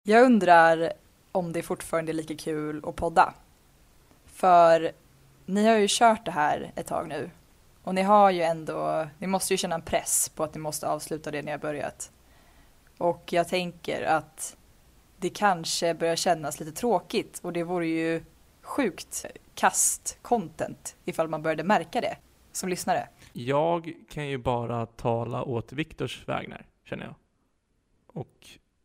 Jag undrar om det fortfarande är lika kul att podda. För ni har ju kört det här ett tag nu. Och ni måste ju känna en press på att ni måste avsluta det ni har börjat. Och jag tänker att det kanske börjar kännas lite tråkigt. Och det vore ju sjukt kast-content ifall man började märka det som lyssnare. Jag kan ju bara tala åt Viktors vägnar, känner jag. Och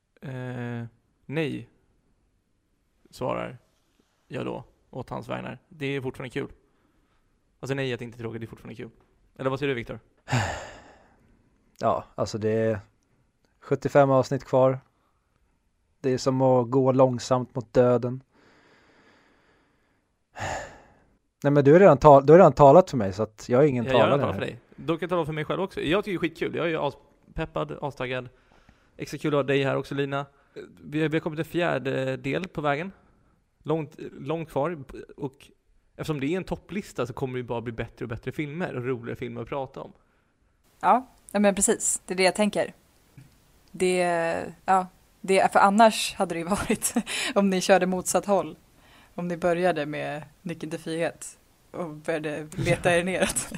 nej, svarar jag då åt hans vägnar. Det är fortfarande kul. Alltså nej, att det inte är tråkigt, det är fortfarande kul. Eller vad säger du, Viktor? Ja, alltså det är 75 avsnitt kvar. Det är som att gå långsamt mot döden. Nej, men du har redan talat för mig, så att jag är ingen talare. Jag talar för dig. Då kan jag tala för mig själv också. Jag tycker det är skitkul. Jag är ju aspeppad, astaggad. Extra kul att ha dig här också, Lina. Vi har kommit till fjärde del på vägen. Långt kvar. Och eftersom det är en topplista så kommer det bara bli bättre och bättre filmer och roligare filmer att prata om. Ja, men precis. Det är det jag tänker. För annars hade det ju varit om ni körde motsatt håll. Om ni började med Nyckeln till frihet och började leta er neråt.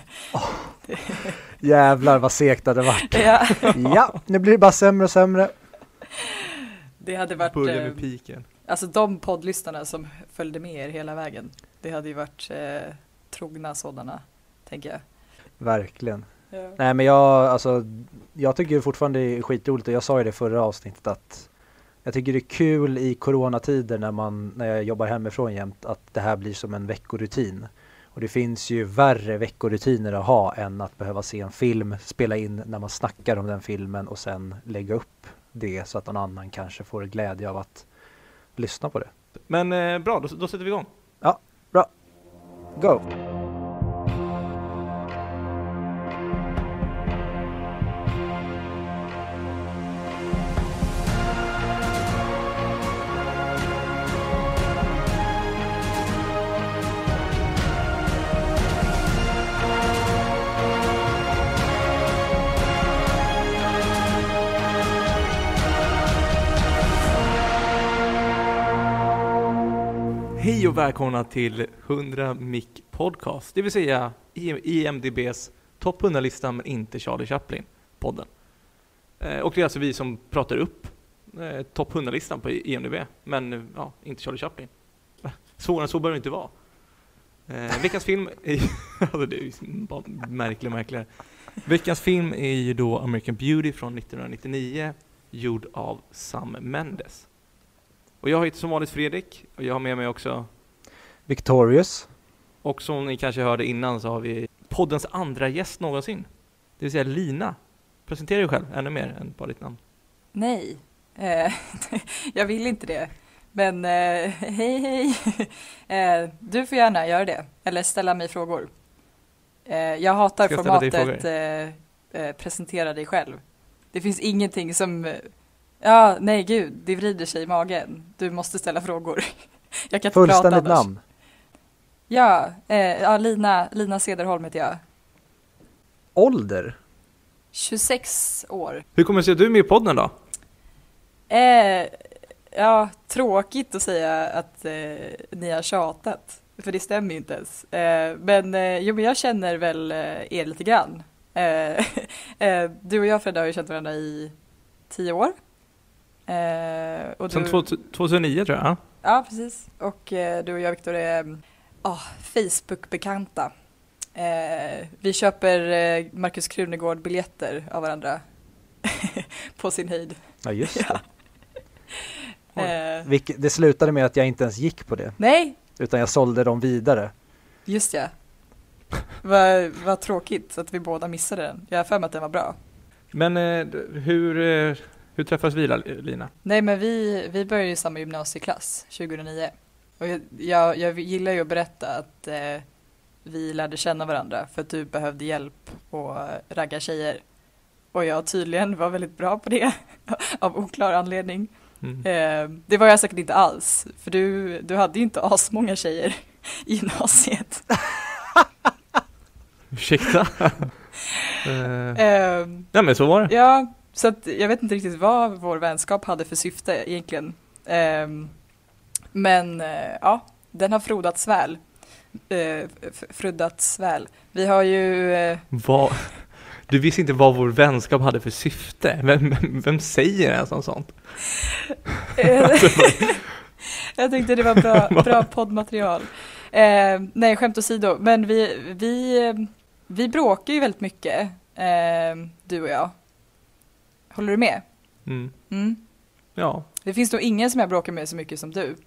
Jävlar vad segt det hade varit. Ja. Ja, nu blir det bara sämre och sämre. Det hade varit... Börja med piken. Alltså de poddlyssnarna som följde med er hela vägen. Det hade ju varit trogna sådana, tänker jag. Verkligen. Ja. Nej, men jag tycker fortfarande det är skitroligt, och jag sa ju det förra avsnittet att jag tycker det är kul i coronatider när jag jobbar hemifrån jämt, att det här blir som en veckorutin. Och det finns ju värre veckorutiner att ha än att behöva se en film, spela in när man snackar om den filmen och sen lägga upp det så att någon annan kanske får glädje av att lyssna på det. Men bra, då sätter vi igång. Ja, bra. Go! Hej och välkomna till 100 Mic Podcast. Det vill säga IMDb:s topp 100-lista, men inte Charlie Chaplin-podden. Och det är alltså vi som pratar upp topp 100-listan på IMDb, men ja, inte Charlie Chaplin. Svårare än så bör det inte vara. Veckans film är... alltså det är ju bara märkligare. Veckans film är ju då American Beauty från 1999, gjord av Sam Mendes. Och jag heter som vanligt Fredrik, och jag har med mig också Victorious. Och som ni kanske hörde innan så har vi poddens andra gäst någonsin. Det vill säga Lina. Presentera dig själv ännu mer än bara ditt namn. Nej, jag vill inte det. Men hej. Du får gärna göra det. Eller ställa mig frågor. Jag hatar formatet presentera dig själv. Det finns ingenting som... Ja, nej gud, det vrider sig i magen. Du måste ställa frågor. Jag kan inte prata annars. Namn? Ja, Lina Cederholm heter jag. Ålder? 26 år. Hur kommer det sig att du är med i podden då? Ja, tråkigt att säga att ni har tjatat. För det stämmer ju inte ens. Men jag känner väl er lite grann. Du och jag, Fredda, har ju känt varandra i 10 år. Och sen 2009 tror jag. Ja, precis. Och du och jag, Viktor, är Facebook-bekanta. Vi köper Markus Krunegård-biljetter av varandra på sin höjd. Ja, just det. Ja. Det slutade med att jag inte ens gick på det. Nej. Utan jag sålde dem vidare. Just ja. Vad tråkigt att vi båda missade den. Jag har för mig att den var bra. Men hur träffas vi, Lina? Nej, men vi började i samma gymnasieklass 2009. Och jag gillar ju att berätta att vi lärde känna varandra för att du behövde hjälp och ragga tjejer. Och jag tydligen var väldigt bra på det av oklar anledning. Det var jag säkert inte alls. För du hade ju inte asmånga tjejer i gymnasiet. Ursäkta? Ja, men så var det. Ja, så att jag vet inte riktigt vad vår vänskap hade för syfte egentligen. Men ja, den har frodats väl. Fruddats väl. Vi har ju... Du visste inte vad vår vänskap hade för syfte. Vem säger ens om sånt? Jag tyckte det var bra poddmaterial. Nej, skämt åsido. Men vi bråkar ju väldigt mycket, du och jag. Håller du med? Ja. Det finns nog ingen som jag bråkar med så mycket som du.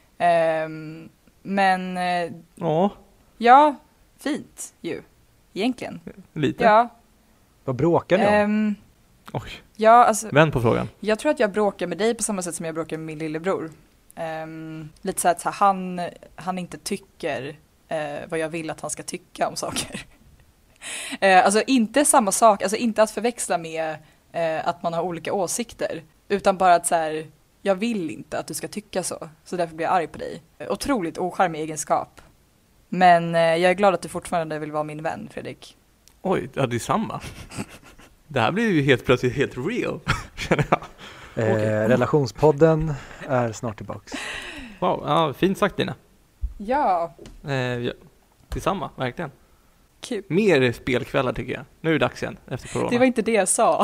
Men... Ja, fint ju. Egentligen. Lite. Ja. Vad bråkar ni om? Ja, alltså, vänd på frågan. Jag tror att jag bråkar med dig på samma sätt som jag bråkar med min lillebror. Lite så att han inte tycker vad jag vill att han ska tycka om saker. Alltså inte samma sak, alltså inte att förväxla med att man har olika åsikter, utan bara att så här, jag vill inte att du ska tycka så därför blir jag arg på dig. Otroligt ocharmig egenskap. Men jag är glad att du fortfarande vill vara min vän, Fredrik. Oj, ja, det är samma. Det här blir ju helt plötsligt helt real, känner jag. Relationspodden är snart tillbaks. Wow, ja, fint sagt Dina. Ja. Ja. Detsamma, verkligen. Kul. Mer spelkvällar tycker jag. Nu är det dags igen efter corona. Det var inte det jag sa.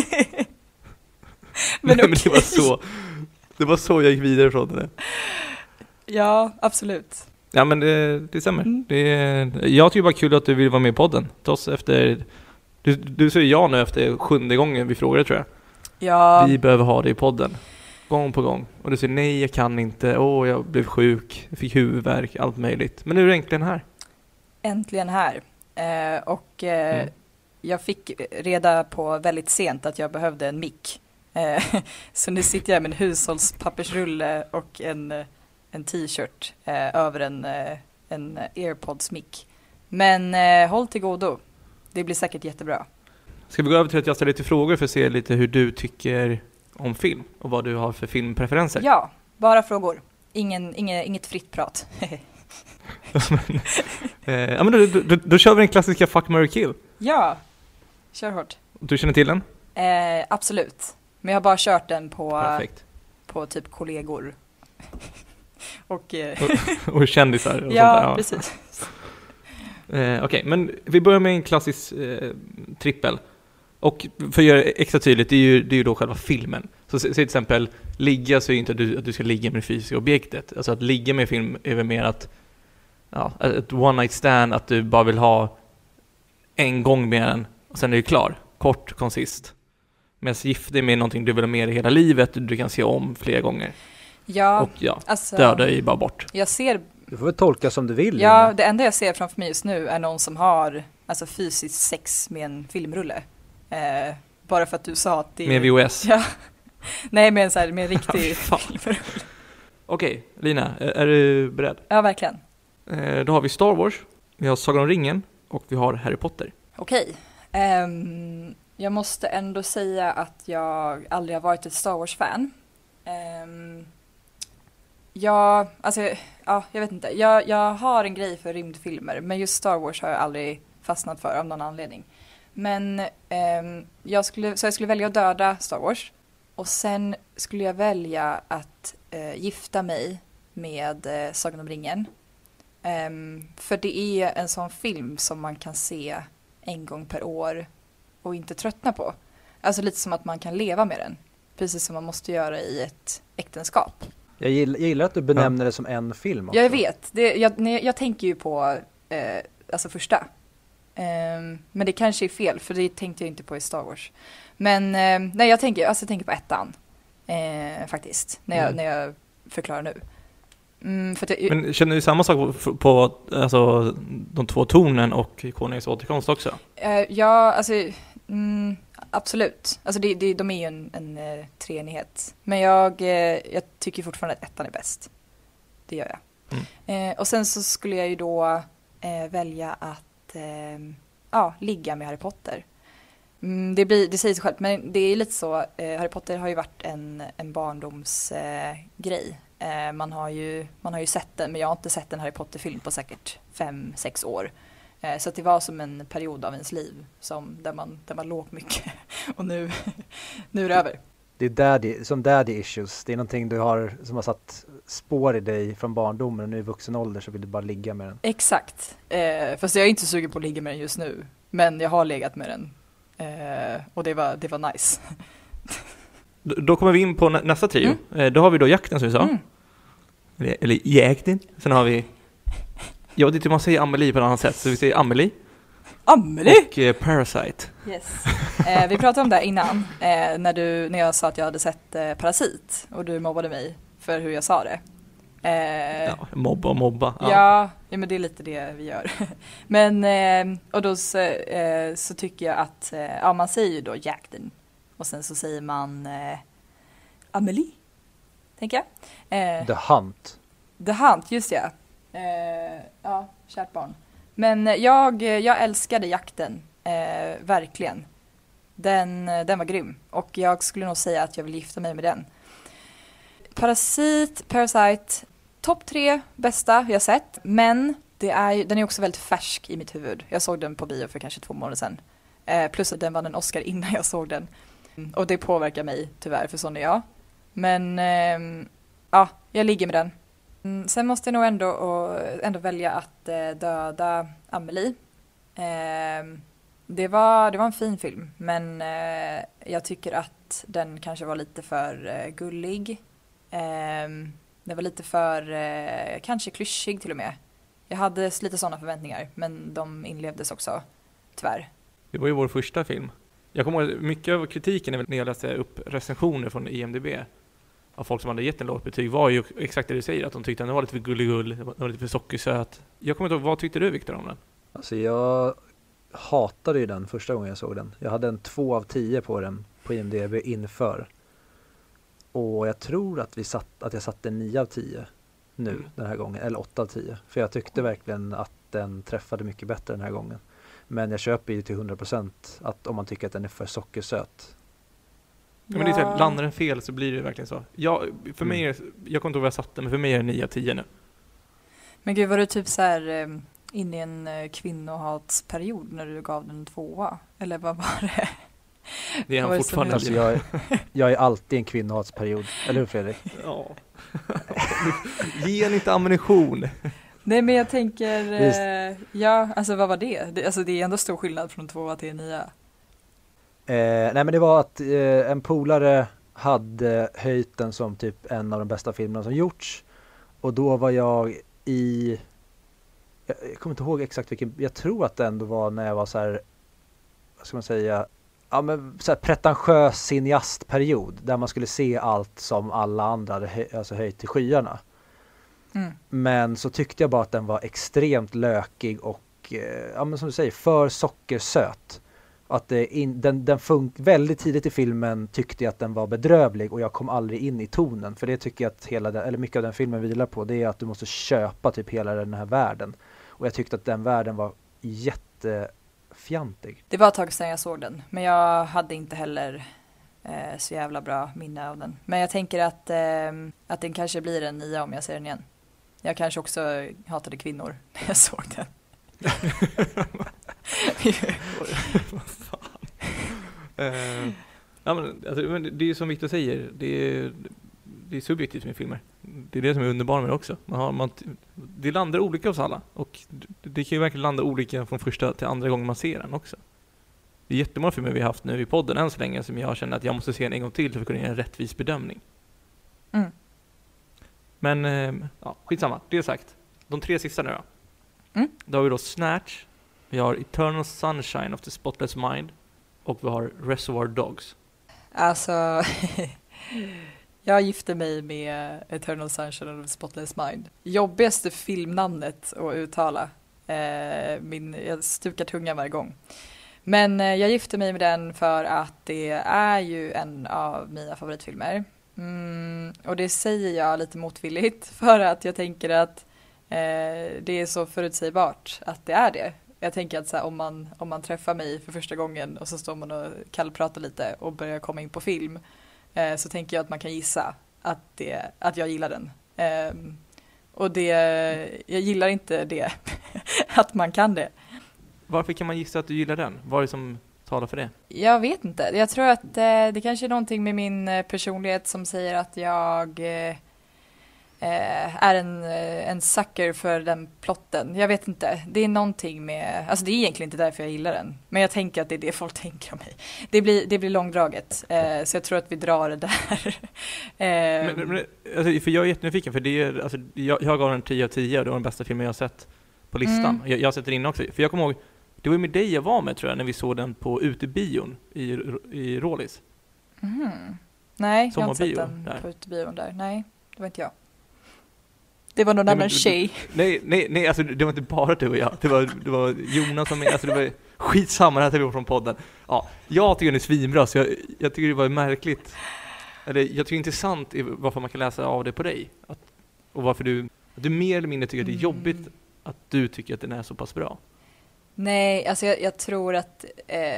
men det var så jag gick vidare från det. Ja, absolut. Ja, men det stämmer. Jag tycker bara kul att du vill vara med i podden. Trots efter... Du säger ja nu efter 7:e gången vi frågade, tror jag. Ja. Vi behöver ha det i podden. Gång på gång. Och du säger nej, jag kan inte. Jag blev sjuk. Jag fick huvudvärk. Allt möjligt. Men nu är du äntligen här. Äntligen här. Jag fick reda på väldigt sent att jag behövde en mick. Så nu sitter jag med en hushållspappersrulle och en t-shirt över en AirPods-mick. Men håll till godo. Det blir säkert jättebra. Ska vi gå över till att jag ställer lite frågor för att se lite hur du tycker om film och vad du har för filmpreferenser? Ja, bara frågor. Inget fritt prat. Ja, men då kör vi den klassiska Fuck, Marry, Kill. Ja, kör hårt. Du känner till den? Absolut. Men jag har bara kört den Perfekt. På typ kollegor. och kändisar. Och ja, sånt där. Precis. Okej, men vi börjar med en klassisk trippel. Och för att göra det extra tydligt, det är ju då själva filmen. Så till exempel, ligga så är inte att du ska ligga med det fysiska objektet. Alltså att ligga med film är väl mer att ett one night stand, att du bara vill ha en gång med den och sen är du klar. Kort, konsist. Medan gift är med någonting du vill ha med i hela livet, du kan se om flera gånger. Ja, och alltså, döda är ju bara bort. Du får väl tolka som du vill. Ja, det enda jag ser framför mig just nu är någon som har alltså fysiskt sex med en filmrulle. Bara för att du sa att det med VHS. Ja. Nej, med en riktig filmrulle. Okej, Lina, är du beredd? Ja, verkligen. Då har vi Star Wars, vi har Sagan om ringen och vi har Harry Potter. Okej. Jag måste ändå säga att jag aldrig har varit ett Star Wars-fan. Jag vet inte. Jag har en grej för rymdfilmer, men just Star Wars har jag aldrig fastnat för av någon anledning. Men jag skulle välja att döda Star Wars. Och sen skulle jag välja att gifta mig med Sagan om ringen. För det är en sån film som man kan se en gång per år och inte tröttna på. Alltså lite som att man kan leva med den. Precis som man måste göra i ett äktenskap. Jag gillar att du benämner det som en film också. Jag vet. Jag tänker ju på alltså första. Men det kanske är fel, för det tänkte jag inte på i Star Wars. Men nej, jag tänker på ettan. Faktiskt. När jag förklarar nu. Men känner du samma sak på alltså, de två tornen och Konungens återkomst också? Ja, alltså absolut. Alltså de är ju en treenighet. Men jag tycker fortfarande att ettan är bäst. Det gör jag. Och sen så skulle jag ju då välja att ligga med Harry Potter. Det säger sig själv, men det är lite så. Harry Potter har ju varit en barndomsgrej. Man har ju sett den, men jag har inte sett en Harry Potter-film på säkert 5-6 år. Så att det var som en period av ens liv där man låg mycket. Och nu är det över. Det är som daddy issues. Det är någonting som har satt spår i dig från barndomen och nu i vuxen ålder så vill du bara ligga med den. Exakt. Fast jag är inte sugen på att ligga med den just nu. Men jag har legat med den. Och det var nice. Då kommer vi in på nästa trio. Då har vi då jakten som vi sa. Eller jäkten. Sen har vi... Jag vet inte hur man säger Amelie på ett annat sätt. Så vi säger Amelie. Amelie! Och Parasite. Yes. Vi pratade om det här innan. När jag sa att jag hade sett Parasit. Och du mobbade mig för hur jag sa det. Mobba. Ja, men det är lite det vi gör. Men, och då så tycker jag att man säger ju då jakten. Och sen så säger man Amelie, tänker jag. The Hunt. The Hunt, just det. Ja, kärt barn. Men jag älskade jakten, verkligen. Den var grym. Och jag skulle nog säga att jag vill gifta mig med den. Parasite, topp 3 bästa jag sett. Men den är också väldigt färsk i mitt huvud. Jag såg den på bio för kanske 2 månader sedan. Plus att den vann en Oscar innan jag såg den. Och det påverkar mig tyvärr, för sån är jag. Men jag ligger med den. Sen måste jag nog ändå välja att döda Amelie. Det var en fin film, men jag tycker att den kanske var lite för gullig. Den var lite för kanske klyschig till och med. Jag hade lite sådana förväntningar, men de inlevdes också, tyvärr. Det var ju vår första film. Jag kommer ihåg mycket av kritiken när jag läste upp recensioner från IMDb av folk som hade gett en lågt betyg var ju exakt det du säger, att de tyckte att den var lite för gulligull, den var lite för sockersöt. Jag kommer inte ihåg, vad tyckte du, Victor, om den? Alltså jag hatade ju den första gången jag såg den. Jag hade en 2 av 10 på den på IMDb inför. Och jag tror att jag satte en 9 av 10 nu den här gången, eller 8 av 10. För jag tyckte verkligen att den träffade mycket bättre den här gången. Men jag köper ju till 100% att om man tycker att den är för sockersöt. Ja. Men det är så här, landar den fel så blir det verkligen så. För mig jag kommer inte ihåg vad jag satte, men för mig är det 9 av 10 nu. Men gud, var du typ så här inne i en kvinnohatsperiod när du gav den 2? Eller vad var det? Det är han fortfarande. Alltså jag är alltid i en kvinnohatsperiod. Eller hur, Fredrik? Ja. Ge en inte ammunition. Nej, men jag tänker... alltså vad var det? Det är ändå stor skillnad från 2 till 9. Nej, men det var att en polare hade höjt den som typ en av de bästa filmerna som gjorts. Och då var jag i... Jag kommer inte ihåg exakt vilken... Jag tror att det ändå var när jag var så här... Vad ska man säga? Ja, men så här pretentiös cineastperiod. Där man skulle se allt som alla andra hade höjt till skyarna. Men så tyckte jag bara att den var extremt lökig och men som du säger, för sockersöt. Att den väldigt tidigt i filmen tyckte jag att den var bedrövlig och jag kom aldrig in i tonen. För det tycker jag att mycket av den filmen vilar på, det är att du måste köpa typ hela den här världen. Och jag tyckte att den världen var jättefjantig. Det var ett tag sedan jag såg den, men jag hade inte heller så jävla bra minne av den. Men jag tänker att den kanske blir en 9 om jag ser den igen. Jag kanske också hatade kvinnor när jag såg den. Vad fan? Men det är som Victor säger, det är subjektivt med filmer. Det är det som är underbart med det också. Det landar olika hos alla. Och det kan ju verkligen landa olika från första till andra gången man ser den också. Det är jättemånga filmer vi har haft nu i podden än så länge som jag känner att jag måste se en gång till för att kunna göra en rättvis bedömning. Men skitsamma, det är sagt. De 3 sista nu då. Då har vi då Snatch, vi har Eternal Sunshine of the Spotless Mind och vi har Reservoir Dogs. Alltså, jag gifte mig med Eternal Sunshine of the Spotless Mind. Jobbigaste filmnamnet att uttala. Jag stukar tungan varje gång. Men jag gifte mig med den för att det är ju en av mina favoritfilmer. Och det säger jag lite motvilligt för att jag tänker att det är så förutsägbart att det är det. Jag tänker att så här, om man träffar mig för första gången och så står man och kallpratar lite och börjar komma in på film, så tänker jag att man kan gissa att jag gillar den. Och jag gillar inte det att man kan det. Varför kan man gissa att du gillar den? Vad är det som talar för det? Jag vet inte. Jag tror att det kanske är någonting med min personlighet som säger att jag är en sucker för den plotten. Jag vet inte. Det är någonting med... Alltså det är egentligen inte därför jag gillar den. Men jag tänker att det är det folk tänker om mig. Det blir långdraget. Så jag tror att vi drar det där. Alltså, för jag är jättenyfiken. För det är, alltså, jag gav den 10 av 10 och det var den bästa filmen jag har sett på listan. Jag sätter in också. För jag kommer ihåg, det var med dig jag var med tror jag när vi såg den på utebion i Rålis. Nej, jag har inte sett den på utebion där. Nej, det var inte jag. Det var någon annan tjej. Nej, alltså det var inte bara du och jag. Det var Jonas som alltså det var skitsamma det här vi var från podden. Ja, jag tycker den är svinbra så jag tycker det var märkligt. Eller jag tycker det är intressant varför man kan läsa av det på dig. Och varför du mer eller mindre tycker att det är jobbigt att du tycker att den är så pass bra. Nej, alltså jag tror att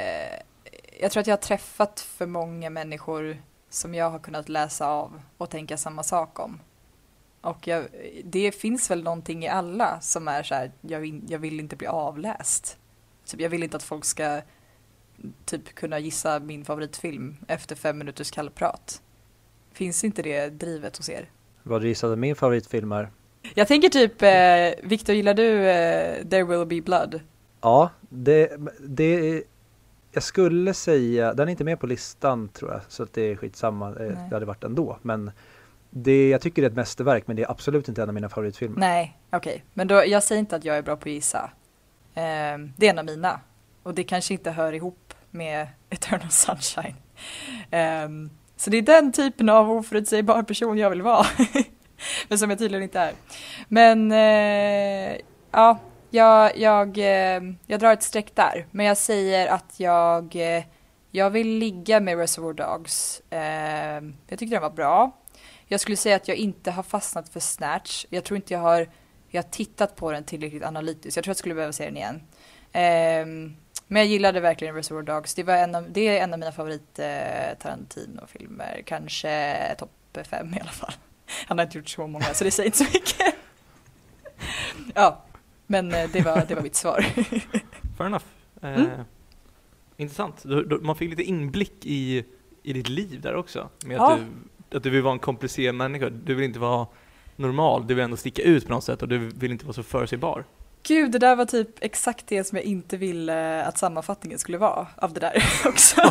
jag har träffat för många människor som jag har kunnat läsa av och tänka samma sak om. Och det finns väl någonting i alla som är så här, jag vill inte bli avläst. Typ, jag vill inte att folk ska typ kunna gissa min favoritfilm efter 5 minuters kallprat. Finns inte det drivet hos er? Vad du gissade min favoritfilm är? Jag tänker typ, Victor, gillar du There Will Be Blood? Ja, det jag skulle säga, den är inte med på listan tror jag, så att det är skitsamma, det hade varit ändå. Men jag tycker det är ett mästerverk, men det är absolut inte en av mina favoritfilmer. Nej, okej. Men då, jag säger inte att jag är bra på att gissa. Det är en av mina. Och det kanske inte hör ihop med Eternal Sunshine. Så det är den typen av oförutsägbar person jag vill vara. Men som jag tydligen inte är. Men ja, jag drar ett streck där. Men jag säger att jag vill ligga med Reservoir Dogs. Jag tyckte den var bra. Jag skulle säga att jag inte har fastnat för Snatch. Jag tror inte jag har tittat på den tillräckligt analytiskt. Jag tror att jag skulle behöva se den igen. Men jag gillade verkligen Reservoir Dogs. Det är en av mina favorit Tarantino-filmer. Kanske topp 5 i alla fall. Han har inte gjort så många så det säger inte så mycket. Ja, men det var mitt svar. Fair enough. Intressant. Man fick lite inblick i ditt liv där också. Med att du vill vara en komplicerad människa. Du vill inte vara normal. Du vill ändå sticka ut på något sätt och du vill inte vara så förutsägbar. Gud, det där var typ exakt det som jag inte ville att sammanfattningen skulle vara av det där också.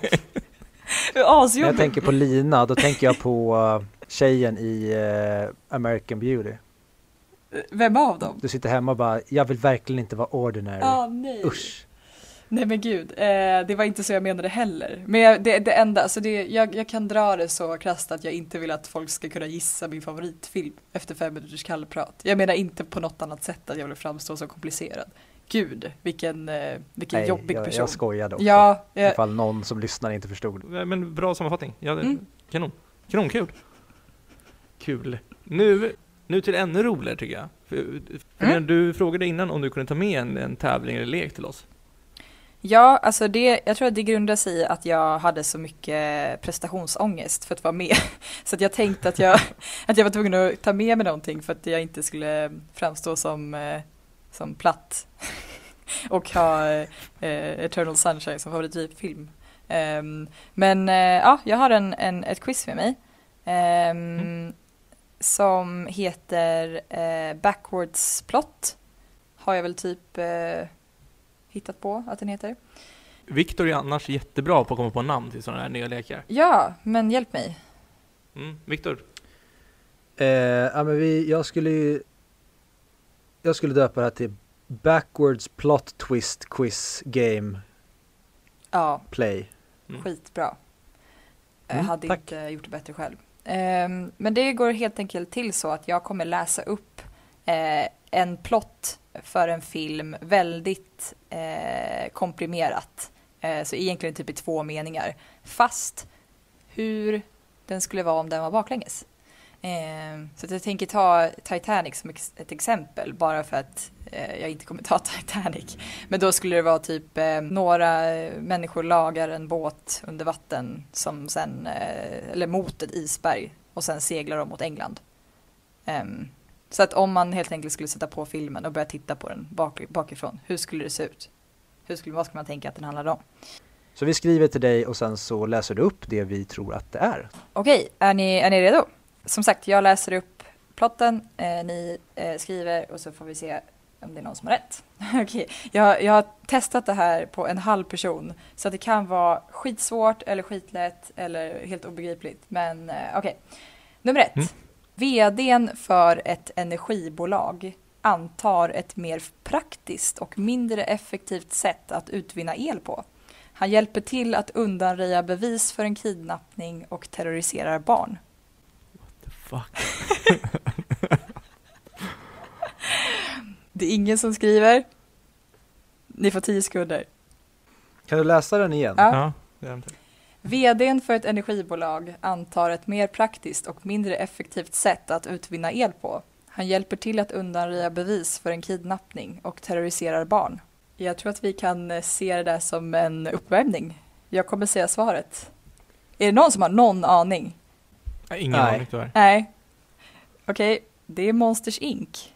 När jag tänker på Lina, då tänker jag på tjejen i American Beauty. Vem av dem? Du sitter hemma och bara, jag vill verkligen inte vara ordinary. Nej. Usch. Nej men gud, det var inte så jag menade heller. Men det enda, alltså jag kan dra det så krasst att jag inte vill att folk ska kunna gissa min favoritfilm efter 5 minuters kallprat. Jag menar inte på något annat sätt att jag vill framstå så komplicerad. Gud, vilken jobbig person. Jag skojade också. Ja, ifall någon som lyssnar inte förstod. Men bra sammanfattning. Kanon. Kul. Nu till ännu roligare tycker jag. För du frågade innan om du kunde ta med en tävling eller lek till oss. Ja, alltså jag tror att det grundar sig i att jag hade så mycket prestationsångest för att vara med. Så att jag tänkte att jag var tvungen att ta med mig någonting för att jag inte skulle framstå som platt och ha Eternal Sunshine som favoritfilm. Men jag har ett quiz med mig som heter Backwards Plot. Har jag väl typ hittat på att den heter. Victor är annars jättebra på att komma på namn till sådana här nya lekar. Ja, men hjälp mig. Victor? Jag skulle döpa det här till Backwards Plot Twist Quiz Game Play. Skitbra. Jag hade inte gjort det bättre själv. Men det går helt enkelt till så att jag kommer läsa upp en plott för en film väldigt komprimerat. Så egentligen typ i 2 meningar. Fast hur den skulle vara om den var baklänges. Så att jag tänker ta Titanic som ett exempel. Bara för att jag inte kommer ta Titanic. Men då skulle det vara typ några människor lagar en båt under vatten som sen, eller mot ett isberg. Och sen seglar de mot England. Så att om man helt enkelt skulle sätta på filmen och börja titta på den bakifrån. Hur skulle det se ut? Vad ska man tänka att den handlar om? Så vi skriver till dig och sen så läser du upp det vi tror att det är. Okej, är ni redo? Som sagt, jag läser upp plotten, ni skriver och så får vi se om det är någon som har rätt. Okej, jag har testat det här på en halv person så att det kan vara skitsvårt eller skitlätt eller helt obegripligt. Men okej. Nummer 1. VD:n för ett energibolag antar ett mer praktiskt och mindre effektivt sätt att utvinna el på. Han hjälper till att undanröja bevis för en kidnappning och terroriserar barn. What the fuck? Det är ingen som skriver. Ni får 10 sekunder. Kan du läsa den igen? Ja. Ja. VD:n för ett energibolag antar ett mer praktiskt och mindre effektivt sätt att utvinna el på. Han hjälper till att undanröja bevis för en kidnappning och terroriserar barn. Jag tror att vi kan se det där som en uppvärmning. Jag kommer säga svaret. Är det någon som har någon aning? Ingen aning tyvärr. Nej. Okej, det är Monsters Inc.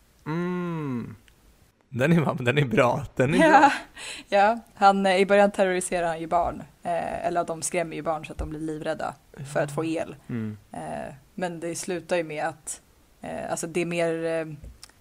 Den är bra. Ja, i början terroriserar han ju barn. Eller de skrämmer ju barn så att de blir livrädda för att få el. Men det slutar ju med att alltså det är mer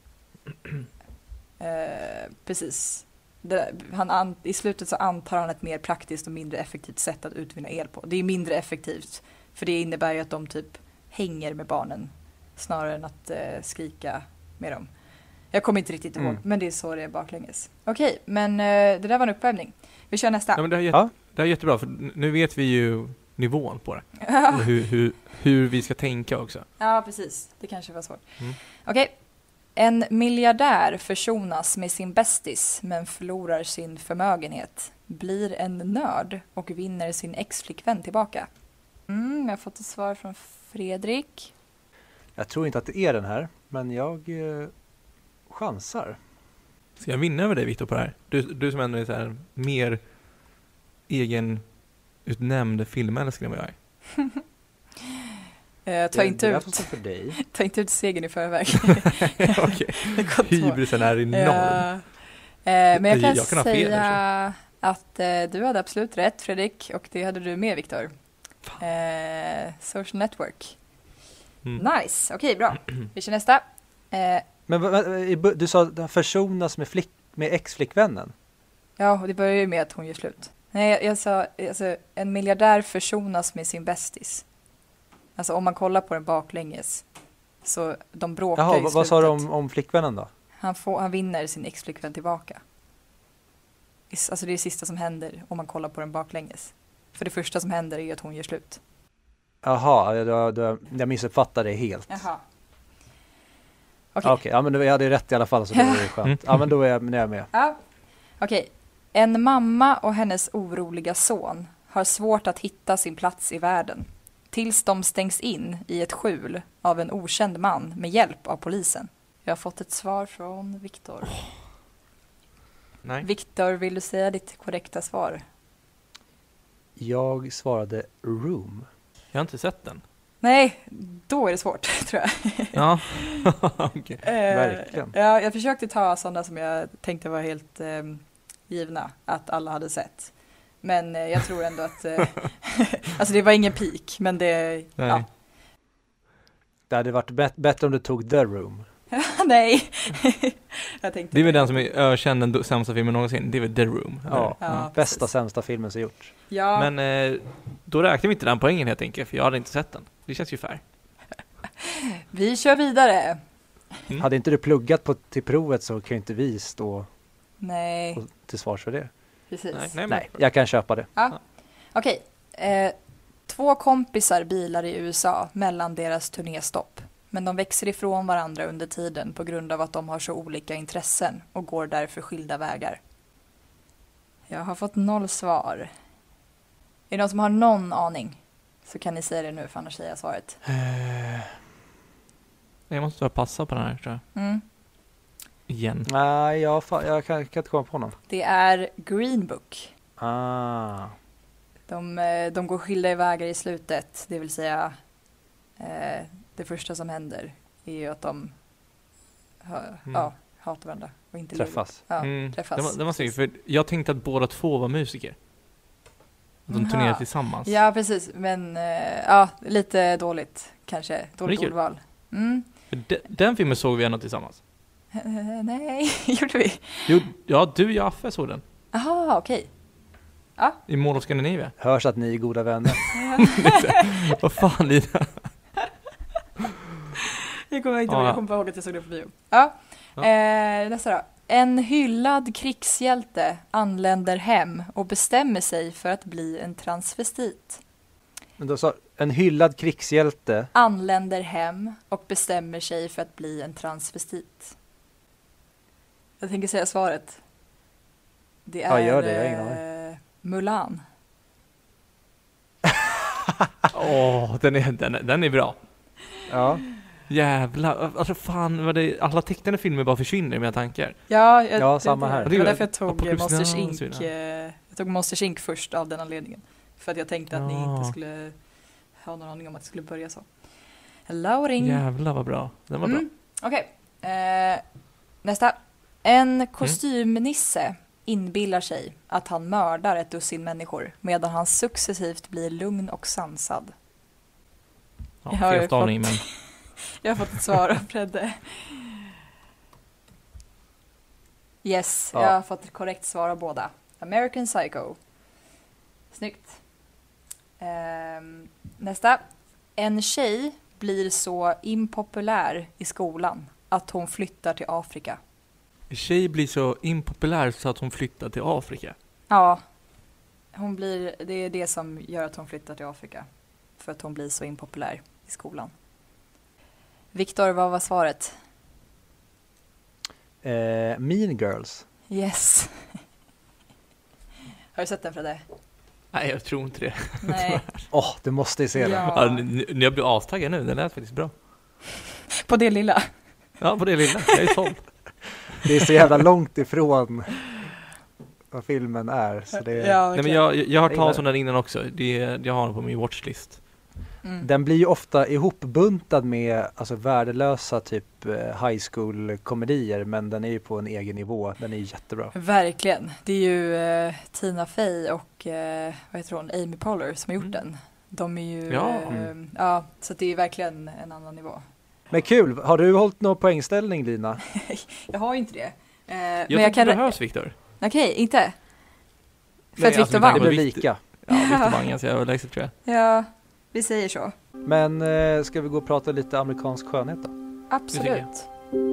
precis. I slutet så antar han ett mer praktiskt och mindre effektivt sätt att utvinna el på. Det är mindre effektivt för det innebär ju att de typ hänger med barnen snarare än att skrika med dem. Jag kommer inte riktigt ihåg, men det är så det är baklänges. Okej, men det där var en uppvärmning. Vi kör nästa. Ja, men det är jättebra, för nu vet vi ju nivån på det. Och hur vi ska tänka också. Ja, precis. Det kanske var svårt. Okej. En miljardär försonas med sin bästis men förlorar sin förmögenhet. Blir en nörd och vinner sin ex-flickvän tillbaka. Jag har fått ett svar från Fredrik. Jag tror inte att det är den här, men jag chansar. Ska jag vinna över dig, Victor, på det här? Du som ändå är så här mer egenutnämnd filmälskare än vad jag är. Ta inte ut segern i förväg. Okej. Hybrisen är enorm. Men jag kan ha fel, säga att du hade absolut rätt, Fredrik, och det hade du med, Victor. Social Network. Nice, okej, bra. Vi kör nästa. Men du sa försonas med ex-flickvännen? Ja, och det börjar ju med att hon gör slut. Nej, jag sa alltså, en miljardär försonas med sin bästis. Alltså om man kollar på den baklänges så de bråkar i slutet. Vad sa du om flickvännen då? Han vinner sin ex-flickvän tillbaka. Alltså det är det sista som händer om man kollar på den baklänges. För det första som händer är att hon gör slut. Jaha, jag missuppfattade det helt. Jaha. Okej, ja, men jag hade rätt i alla fall, så det var ju skönt. Ja, men då är jag med. Ja. Okej. En mamma och hennes oroliga son har svårt att hitta sin plats i världen. Tills de stängs in i ett skjul av en okänd man med hjälp av polisen. Jag har fått ett svar från Victor. Nej. Victor, vill du säga ditt korrekta svar? Jag svarade Room. Jag har inte sett den. Nej, då är det svårt, tror jag. Ja, okay. Verkligen. Ja, jag försökte ta sådana som jag tänkte var helt givna, att alla hade sett. Men jag tror ändå att alltså det var ingen peak, men det... Nej. Ja. Det hade varit bättre om du tog The Room. Nej. Jag tänkte det är väl den som är ökänd den sämsta filmen någonsin. Det är väl The Room. Ja, bästa sämsta filmen som gjorts. Ja. Men då räknar vi inte den poängen helt enkelt, för jag hade inte sett den. Det känns ju fair. Vi kör vidare. Hade inte du pluggat till provet så kan ju inte vi stå till svars för det. Precis. Nej, jag kan köpa det. Ja. Okej. 2 kompisar bilar i USA mellan deras turnéstopp. Men de växer ifrån varandra under tiden på grund av att de har så olika intressen och går därför skilda vägar. Jag har fått 0 svar. Är det någon som har någon aning? Så kan ni säga det nu, för annars säger jag svaret. Jag måste passa på den här, tror jag. Igen. Nej, jag kan inte komma på någon. Det är Green Book. De går skilda vägar i slutet. Det vill säga det första som händer är ju att de hatar varandra och inte Träffas. lever. Ja, träffas. Det var snyggt, för jag tänkte att båda två var musiker. Att de turnerade tillsammans. Ja, precis. Men ja, lite dåligt kanske. Dåligt ordval. Den filmen såg vi ändå tillsammans. Nej, gjorde vi? Jo, ja, du och Affe såg den. Jaha, okej. Ja. I Mall of Scandinavia. Hörs att ni är goda vänner. Vad fan, Lina? Jag kommer inte ihåg att jag såg det på bio. Ja. Nästa då. En hyllad krigshjälte anländer hem och bestämmer sig för att bli en transvestit. Men då sa en hyllad krigshjälte Anländer hem och bestämmer sig för att bli en transvestit. Jag tänker säga svaret. Det är gör det, jag har ingen aning. Mulan. Den är bra. Ja. Jävlar, alltså fan vad det, alla tecknade filmer bara försvinner i mina tankar. Ja, samma här. Det var därför jag tog Apocalypse Monsters Now, Inc. Jag tog Monsters Inc. först av den anledningen. För att jag tänkte att ni inte skulle ha någon aning om att det skulle börja så. Lauring. Jävlar vad bra. Den var bra. Okej. Nästa. En kostymnisse inbillar sig att han mördar ett dussin människor medan han successivt blir lugn och sansad. Ja, fel stavning, men... Jag har fått ett svar av Fredde. Yes, jag har fått ett korrekt svar av båda. American Psycho. Snyggt. Nästa. En tjej blir så impopulär i skolan att hon flyttar till Afrika. En tjej blir så impopulär så att hon flyttar till Afrika. Ja, det är det som gör att hon flyttar till Afrika. För att hon blir så impopulär i skolan. Viktor, vad var svaret? Mean Girls. Yes. Har du sett den, Fredde? Nej, jag tror inte det. Nej. Du måste ju se den. Ja, jag blir avtaggad nu, den lät faktiskt bra. På det lilla? Ja, på det lilla. Jag är såld. Det är så jävla långt ifrån vad filmen är. Så det är... Nej, men jag har hört talas om den innan också. Jag har den på min watchlist. Den blir ju ofta ihopbuntad med alltså värdelösa typ high school komedier, men den är ju på en egen nivå. Den är jättebra. Verkligen. Det är ju Tina Fey och vad heter hon? Amy Poehler som har gjort den. De är ju så det är verkligen en annan nivå. Men kul. Har du hållit någon poängställning, Lina? Jag har inte det. Jag kan... det behövs, Viktor. Okej, inte. För att Viktor vann. Det blir lika. Ja, Viktor vann ganska överlägset, tror jag. Ja, vi säger så. Men ska vi gå och prata lite amerikansk skönhet då? Absolut.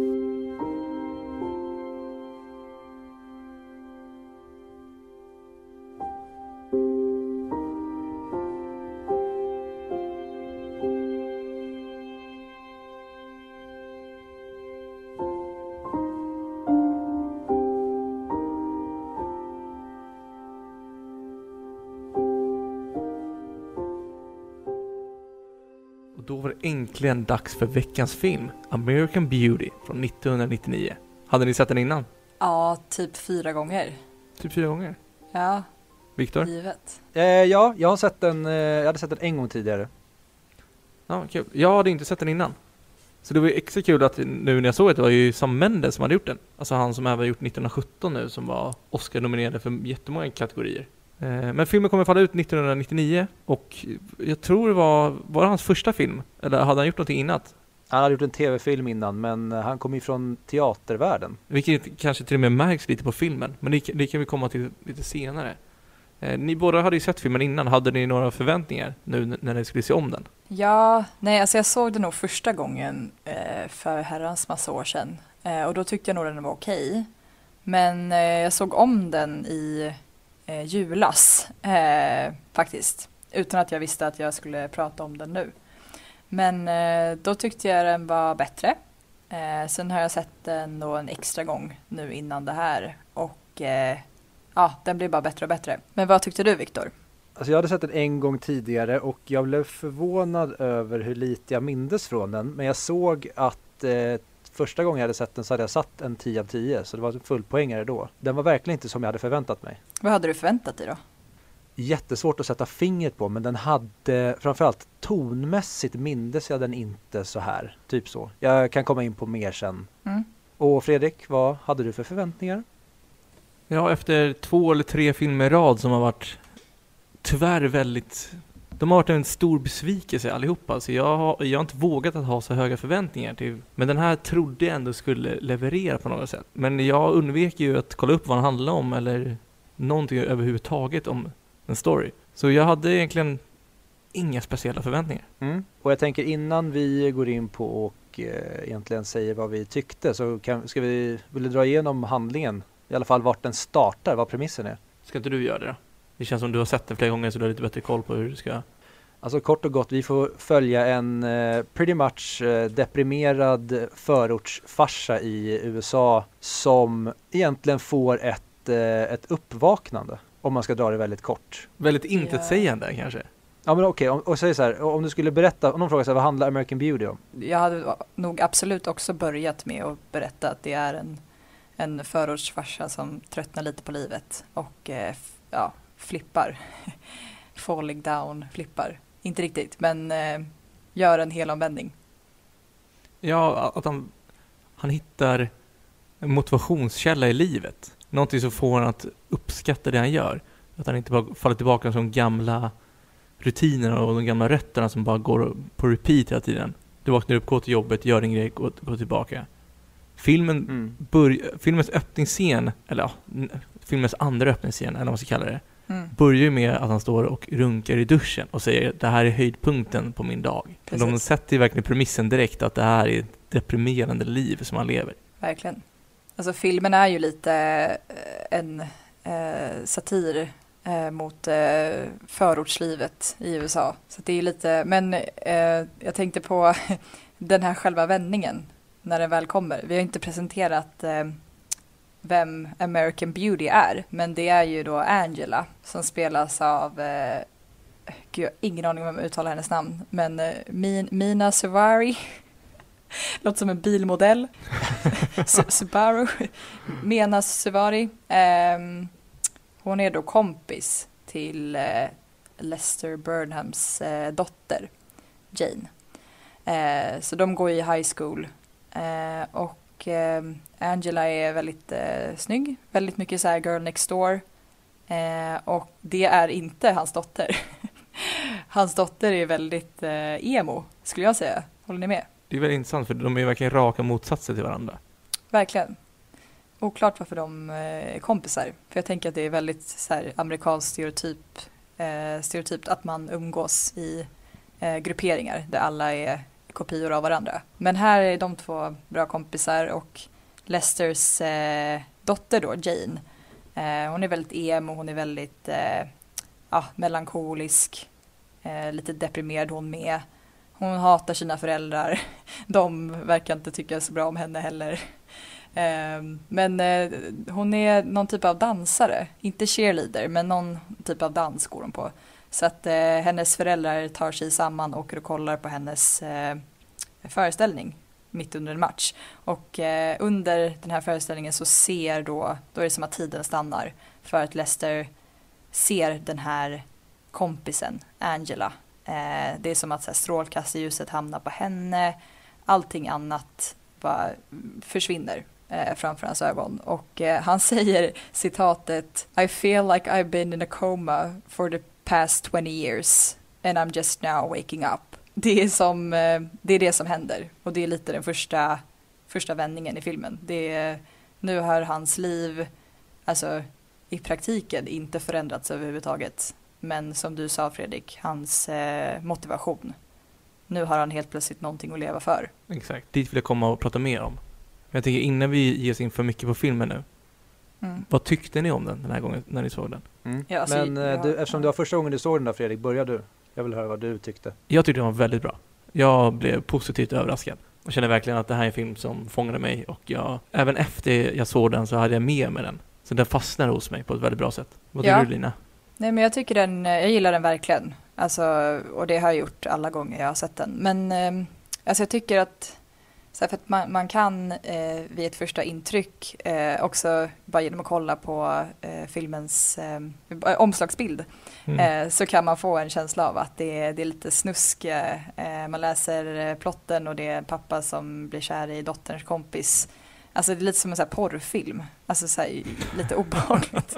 Då var det äntligen dags för veckans film, American Beauty från 1999. Hade ni sett den innan? Ja, typ 4 gånger. Typ 4 gånger? Ja. Viktor? Givet. Ja, jag har sett den. Jag hade sett den en gång tidigare. Ja, kul. Jag hade inte sett den innan. Så det var ju extra kul att nu när jag såg det var ju Sam Mendes som hade gjort den. Alltså han som även gjort 1917 nu, som var Oscar-nominerad för jättemånga kategorier. Men filmen kommer falla ut 1999 och jag tror det var hans första film, eller hade han gjort något innan? Han hade gjort en tv-film innan, men han kom ju från teatervärlden. Vilket kanske till och med märks lite på filmen, men det kan vi komma till lite senare. Ni båda hade ju sett filmen innan, hade ni några förväntningar nu när ni skulle se om den? Ja, nej, alltså jag såg den nog första gången för herrans massa år sedan och då tyckte jag nog den var okej. Men jag såg om den i julas faktiskt, utan att jag visste att jag skulle prata om den nu. Men då tyckte jag den var bättre. Sen har jag sett den då en extra gång nu innan det här och den blir bara bättre och bättre. Men vad tyckte du, Viktor? Alltså jag hade sett den en gång tidigare och jag blev förvånad över hur lite jag mindes från den. Men jag såg att första gången jag hade sett den så hade jag satt en 10 av 10, så det var en fullpoängare då. Den var verkligen inte som jag hade förväntat mig. Vad hade du förväntat dig då? Jättesvårt att sätta fingret på, men den hade framförallt tonmässigt mindes jag den inte så här. Typ så. Jag kan komma in på mer sen. Och Fredrik, vad hade du för förväntningar? Ja, efter 2 eller 3 filmer i rad som har varit tyvärr väldigt... De har varit en stor besvikelse allihopa, så jag har inte vågat att ha så höga förväntningar till. Men den här trodde jag ändå skulle leverera på något sätt. Men jag undvek ju att kolla upp vad den handlar om eller någonting överhuvudtaget om en story. Så jag hade egentligen inga speciella förväntningar. Och jag tänker innan vi går in på och egentligen säger vad vi tyckte, så vill du dra igenom handlingen? I alla fall vart den startar, vad premissen är. Ska inte du göra det då? Det känns som du har sett den flera gånger så du har lite bättre koll på hur du ska... Alltså kort och gott, vi får följa en pretty much deprimerad förortsfarsa i USA som egentligen får ett uppvaknande, om man ska dra det väldigt kort. Väldigt intetsägande kanske. Ja, men okej, och säg så här, om du skulle berätta, om någon frågar sig, vad handlar American Beauty om? Jag hade nog absolut också börjat med att berätta att det är en förortsfarsa som tröttnar lite på livet och flippar. Falling down, flippar. Inte riktigt, men gör en hel omvändning. Ja, att han hittar en motivationskälla i livet. Någonting som får han att uppskatta det han gör. Att han inte bara faller tillbaka som gamla rutiner och de gamla rötterna som bara går på repeat hela tiden. Du vaknar upp, går till jobbet, gör en grej, går tillbaka. Filmens öppningsscen, eller filmens andra öppningsscen, eller vad man ska kalla det, börjar ju med att han står och runkar i duschen och säger det här är höjdpunkten på min dag. De sätter ju verkligen premissen direkt att det här är ett deprimerande liv som han lever. Verkligen. Alltså filmen är ju lite en satir mot förortslivet i USA. Så det är lite, men jag tänkte på den här själva vändningen när den väl kommer. Vi har inte presenterat vem American Beauty är, men det är ju då Angela som spelas av gud, jag har ingen aning om hur man uttalar hennes namn, men Mina Suvari. Låter som en bilmodell. Subaru. Mena Suvari. Hon är då kompis till Lester Burnhams dotter Jane. Så de går i high school. Och Angela är väldigt snygg. Väldigt mycket så här girl next door. Och det är inte hans dotter. Hans dotter är väldigt emo, skulle jag säga. Håller ni med? Det är väldigt intressant för de är verkligen raka motsatser till varandra. Verkligen. Oklart varför de är kompisar. För jag tänker att det är väldigt så här, amerikansk stereotypt att man umgås i grupperingar där alla är kopior av varandra. Men här är de två bra kompisar och Lesters dotter då, Jane. Hon är väldigt emo, hon är väldigt melankolisk, lite deprimerad hon med. Hon hatar sina föräldrar. De verkar inte tycka så bra om henne heller. Men hon är någon typ av dansare. Inte cheerleader, men någon typ av dans går hon på. Så att hennes föräldrar tar sig samman och kollar på hennes föreställning mitt under en match. Och under den här föreställningen så då är det som att tiden stannar. För att Lester ser den här kompisen, Angela. Det är som att så här, strålkastarljuset hamnar på henne. Allting annat bara försvinner framför hans ögon. Och han säger citatet: I feel like I've been in a coma for the past 20 years and I'm just now waking up. Det är det som händer. Och det är lite den första vändningen i filmen. Nu har hans liv alltså i praktiken inte förändrats överhuvudtaget. Men som du sa Fredrik, hans motivation. Nu har han helt plötsligt någonting att leva för. Exakt, dit vill jag komma och prata mer om. Men jag tänker innan vi ger oss in för mycket på filmen nu. Vad tyckte ni om den här gången när ni såg den? Ja, alltså, men eftersom det var första gången du såg den där Fredrik, börjar du. Jag vill höra vad du tyckte. Jag tyckte den var väldigt bra. Jag blev positivt överraskad. Jag kände verkligen att det här är en film som fångade mig. Och även efter jag såg den så hade jag med den. Så den fastnade hos mig på ett väldigt bra sätt. Vad tycker du, Lina? Nej, men jag gillar den verkligen. Alltså, och det har jag gjort alla gånger jag har sett den. Men alltså jag tycker att, så här, för att man kan vid ett första intryck också bara genom att kolla på filmens omslagsbild så kan man få en känsla av att det är lite snusk. Man läser plotten och det är en pappa som blir kär i dotterns kompis. Alltså det är lite som en så här porrfilm. Alltså så här, lite obehagligt.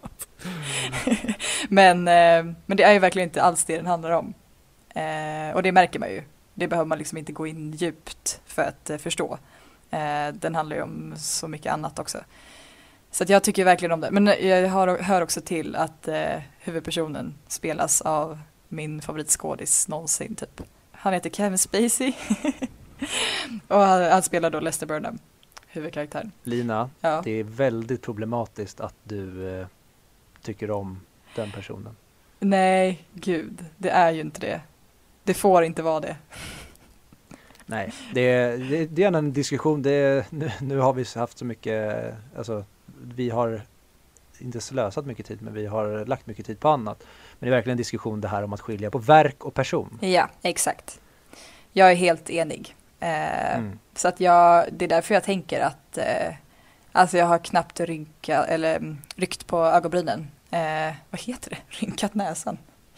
men det är ju verkligen inte alls det den handlar om. Och det märker man ju. Det behöver man liksom inte gå in djupt för att förstå. Den handlar ju om så mycket annat också. Så att jag tycker verkligen om det. Men jag hör också till att huvudpersonen spelas av min favoritskådis någonsin typ. Han heter Kevin Spacey. Och han spelar då Lester Burnham, huvudkaraktären. Lina, Ja. det är väldigt problematiskt att du tycker om den personen. Nej, gud. Det är ju inte det. Det får inte vara det. Nej, det är en diskussion. Nu har vi haft så mycket, alltså vi har inte slösat mycket tid, men vi har lagt mycket tid på annat. Men det är verkligen en diskussion det här om att skilja på verk och person. Ja, exakt. Jag är helt enig. Så att det är därför jag tänker att alltså jag har knappt ryckt på ögonbrynen. Vad heter det? Rynkat näsan.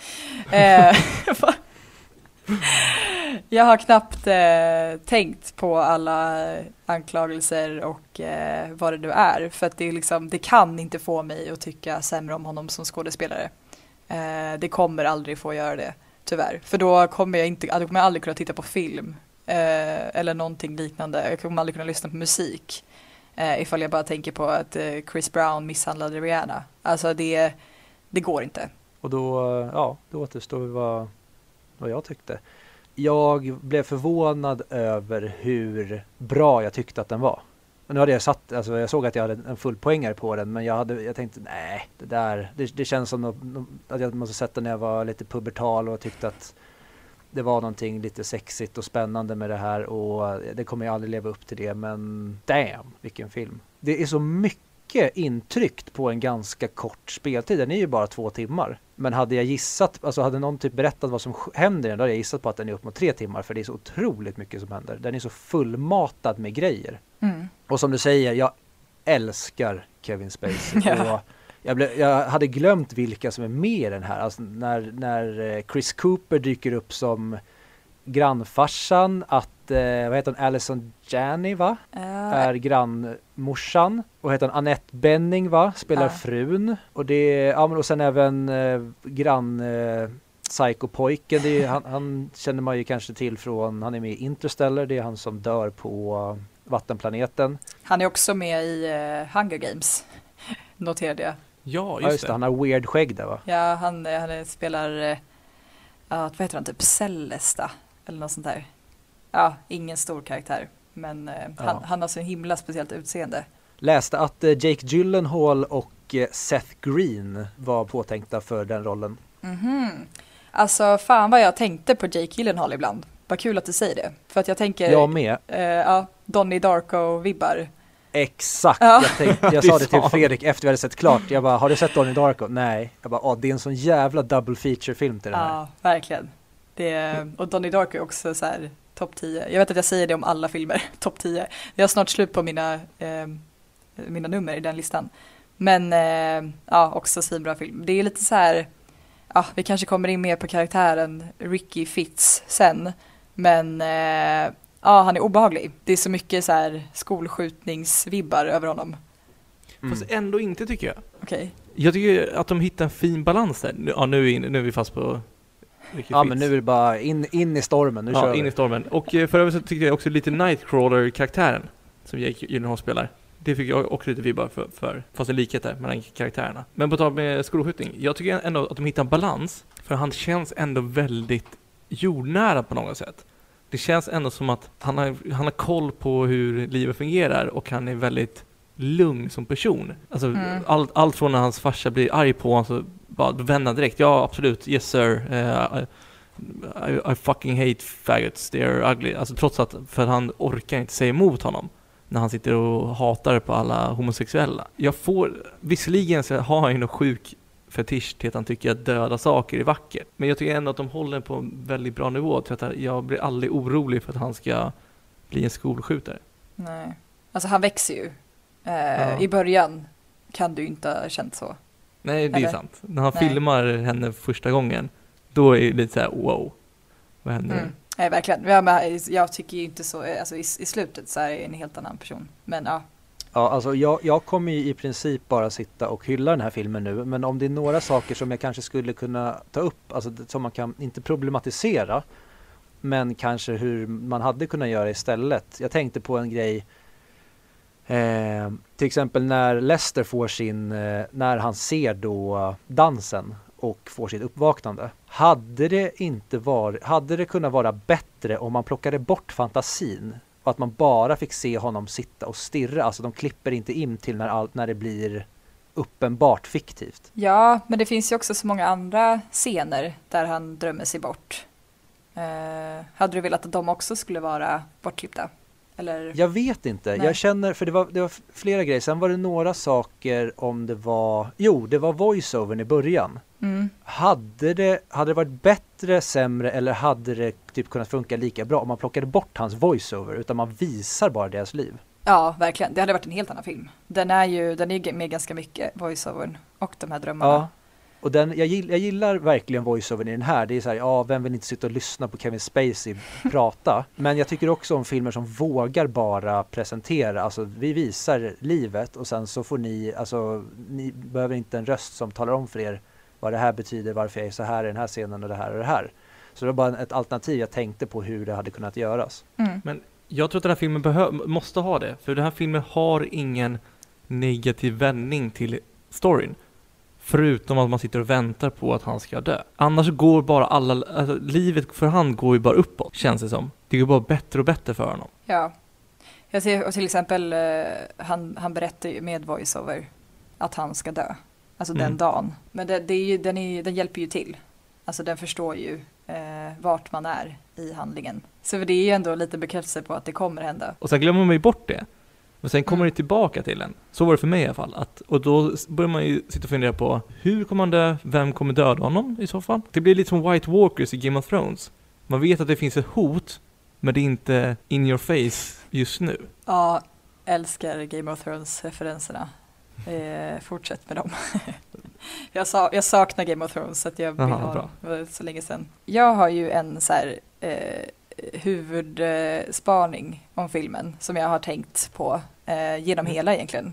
Jag har knappt tänkt på alla anklagelser och vad det nu är. För att det kan inte få mig att tycka sämre om honom som skådespelare. Det kommer aldrig få göra det, tyvärr. För då kommer jag aldrig kunna titta på film eller någonting liknande. Jag kommer aldrig kunna lyssna på musik ifall jag bara tänker på att Chris Brown misshandlade Rihanna. Alltså det går inte. Och då återstår vad jag tyckte. Jag blev förvånad över hur bra jag tyckte att den var. Och nu hade jag såg att jag hade en full poängare på den, men jag tänkte nej, det känns som att jag måste sätta när jag var lite pubertal och tyckte att det var någonting lite sexigt och spännande med det här, och det kommer jag aldrig leva upp till det, men damn, vilken film. Det är så mycket intryckt på en ganska kort speltid. Den är ju bara 2 timmar. Men hade jag gissat, alltså hade någon typ berättat vad som händer, då hade jag gissat på att den är upp mot 3 timmar, för det är så otroligt mycket som händer. Den är så fullmatad med grejer. Och som du säger, jag älskar Kevin Spacey. Ja. Och jag hade glömt vilka som är med i den här. Alltså när Chris Cooper dyker upp som grannfarsan, att vad heter hon, Allison Janney va? Är grannmorsan. Och heter hon Annette Bening va? Spelar frun. Och och sen även psykopojken. Han känner man ju kanske till från, han är med i Interstellar. Det är han som dör på vattenplaneten. Han är också med i Hunger Games, noterade jag. Ja, just det. Han har weird skägg där va? Ja, han spelar vad heter han, typ Celesta eller något sånt där. Ja, ingen stor karaktär, men han har så himla speciellt utseende. Läste att Jake Gyllenhaal och Seth Green var påtänkta för den rollen. Alltså fan vad jag tänkte på Jake Gyllenhaal ibland. Vad kul att du säger det. För att jag tänker... Jag med. Donnie Darko-vibbar. Exakt. Ja. Jag sa det till Fredrik efter vi hade sett klart. Jag bara, har du sett Donnie Darko? Nej. Jag bara, det är en sån jävla double feature-film till den här. Ja, verkligen. Och Donnie Darko är också så här topp 10. Jag vet att jag säger det om alla filmer. Topp 10. Jag har snart slut på mina nummer i den listan. Men också svinbra film. Det är lite så här... vi kanske kommer in mer på karaktären Ricky Fitz sen. Men han är obehaglig. Det är så mycket så här skolskjutningsvibbar över honom. Fast ändå inte, tycker jag. Okej. Jag tycker att de hittar en fin balans där. Ja, nu är vi fast på Ricky Fitz. Men nu är det bara in i stormen. Nu kör vi. In i stormen. Och för övrigt så tycker jag också lite Nightcrawler-karaktären som Jake Gyllenhaal spelar. Det fick jag också lite vibbar för fast en likhet där mellan karaktärerna. Men på tal med skolskjutning, jag tycker ändå att de hittar en balans, för han känns ändå väldigt jordnära på något sätt. Det känns ändå som att han har koll på hur livet fungerar, och han är väldigt lugn som person. Alltså allt från när hans farsa blir arg på honom så bara vända direkt. Ja, absolut. Yes sir. I fucking hate faggots. They're ugly. Alltså trots att, för han orkar inte säga emot honom när han sitter och hatar på alla homosexuella. Visserligen så har han ju någon sjuk fetisch till att han tycker att döda saker är vackert. Men jag tycker ändå att de håller på en väldigt bra nivå. För att jag blir aldrig orolig för att han ska bli en skolskjutare. Nej. Alltså han växer ju. I början kan du inte ha känt så. Nej, det är sant. När han filmar henne första gången, då är det lite så här, wow. Vad händer? Nej, verkligen. Ja, men jag tycker ju inte så. Alltså, i slutet så är det en helt annan person. Men Ja, alltså jag kommer ju i princip bara sitta och hylla den här filmen nu, men om det är några saker som jag kanske skulle kunna ta upp, alltså som man kan inte problematisera, men kanske hur man hade kunnat göra istället. Jag tänkte på en grej, till exempel när Lester får när han ser då dansen och får sitt uppvaknande. Hade det kunnat vara bättre om man plockade bort fantasin och att man bara fick se honom sitta och stirra, alltså de klipper inte in till när det blir uppenbart fiktivt. Ja, men det finns ju också så många andra scener där han drömmer sig bort. Hade du velat att de också skulle vara bortklippta? Eller? Jag vet inte. Nej. Jag känner, för det var flera grejer. Sen var det några saker om det var voiceovern i början. Mm. Hade det varit bättre, sämre eller hade det typ kunnat funka lika bra om man plockade bort hans voiceover utan man visar bara deras liv? Ja, verkligen. Det hade varit en helt annan film. Den är med ganska mycket voiceovern och de här drömmarna. Ja. Och jag gillar verkligen voiceovern i den här. Det är så här, vem vill inte sitta och lyssna på Kevin Spacey prata? Men jag tycker också om filmer som vågar bara presentera. Alltså vi visar livet och sen så får ni behöver inte en röst som talar om för er vad det här betyder, varför jag är så här i den här scenen och det här och det här. Så det var bara ett alternativ jag tänkte på hur det hade kunnat göras. Mm. Men jag tror att den här filmen måste ha det. För den här filmen har ingen negativ vändning till storyn. Förutom att man sitter och väntar på att han ska dö. Annars går bara livet för han går ju bara uppåt, känns det som. Det går bara bättre och bättre för honom. Ja. Jag ser till exempel han berättar ju med voiceover att han ska dö. Alltså den dagen. Men den hjälper ju till. Alltså den förstår ju vart man är i handlingen. Så det är ju ändå lite bekräftelse på att det kommer hända. Och sen glömmer man ju bort det. Och sen kommer det tillbaka till en. Så var det för mig i alla fall. Och då börjar man ju sitta och fundera på hur kommer han dö? Vem kommer döda honom i så fall? Det blir lite som White Walkers i Game of Thrones. Man vet att det finns ett hot, men det är inte in your face just nu. Ja, älskar Game of Thrones-referenserna. Fortsätt med dem. Jag saknar Game of Thrones så att jag vill ha det så länge sedan. Jag har ju en så här huvudspaning om filmen som jag har tänkt på genom hela egentligen.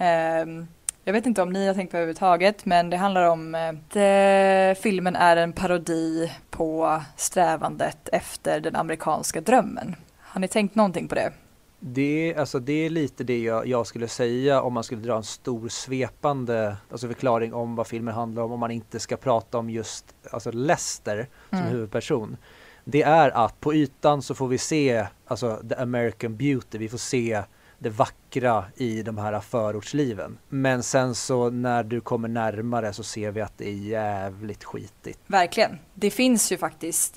Jag vet inte om ni har tänkt på överhuvudtaget, men det handlar om att filmen är en parodi på strävandet efter den amerikanska drömmen. Har ni tänkt någonting på det? Det är lite det jag skulle säga om man skulle dra en stor svepande förklaring om vad filmen handlar om man inte ska prata om just Lester som huvudperson. Det är att på ytan så får vi se the American beauty, vi får se det vackra i de här förortsliven. Men sen så när du kommer närmare så ser vi att det är jävligt skitigt. Verkligen. Det finns ju faktiskt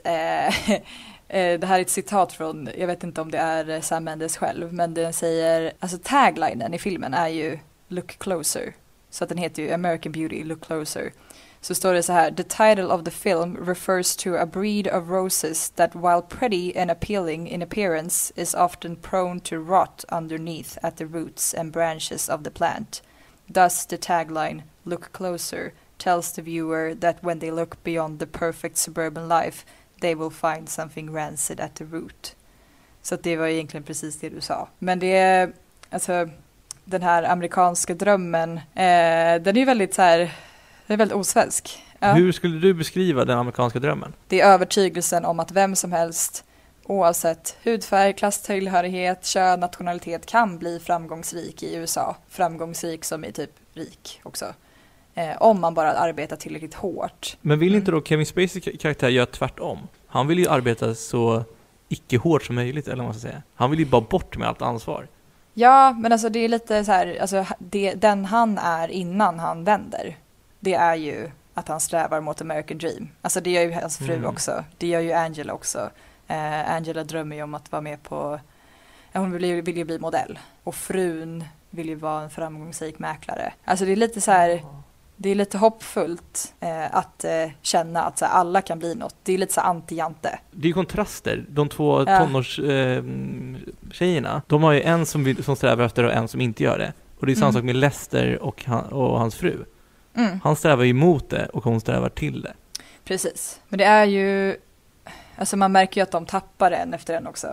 det här är ett citat från, jag vet inte om det är Sam Mendes själv, men den säger, taglinen i filmen är ju Look Closer. Så att den heter ju American Beauty, Look Closer. Så står det så här: The title of the film refers to a breed of roses that while pretty and appealing in appearance is often prone to rot underneath at the roots and branches of the plant. Thus the tagline, Look Closer, tells the viewer that when they look beyond the perfect suburban life they will find something rancid at the root. Så att det var egentligen precis det du sa. Men det är, den här amerikanska drömmen, den är ju väldigt så här, det är väldigt osvensk. Ja. Hur skulle du beskriva den amerikanska drömmen? Det är övertygelsen om att vem som helst, oavsett hudfärg, klasstillhörighet, kön, nationalitet, kan bli framgångsrik i USA. Framgångsrik som är typ rik också. Om man bara arbetar tillräckligt hårt. Men vill inte då Kevin Spacey karaktär göra tvärtom? Han vill ju arbeta så icke hårt som möjligt, eller vad man ska säga. Han vill ju bara bort med allt ansvar. Ja, men det är lite så här, den han är innan han vänder, det är ju att han strävar mot American Dream. Det gör ju hans fru också. Det gör ju Angela också. Angela drömmer ju om att vara med på, hon vill ju bli modell. Och frun vill ju vara en framgångsrik mäklare. Det är lite så här, det är lite hoppfullt att känna att alla kan bli något. Det är lite så anti-jante. Det är ju kontraster. De två tonårstjejerna, de har ju en som strävar efter och en som inte gör det. Och det är samma sak med Lester och hans fru. Han strävar ju emot det och hon strävar till det. Precis. Men det är ju, man märker ju att de tappar en efter en också.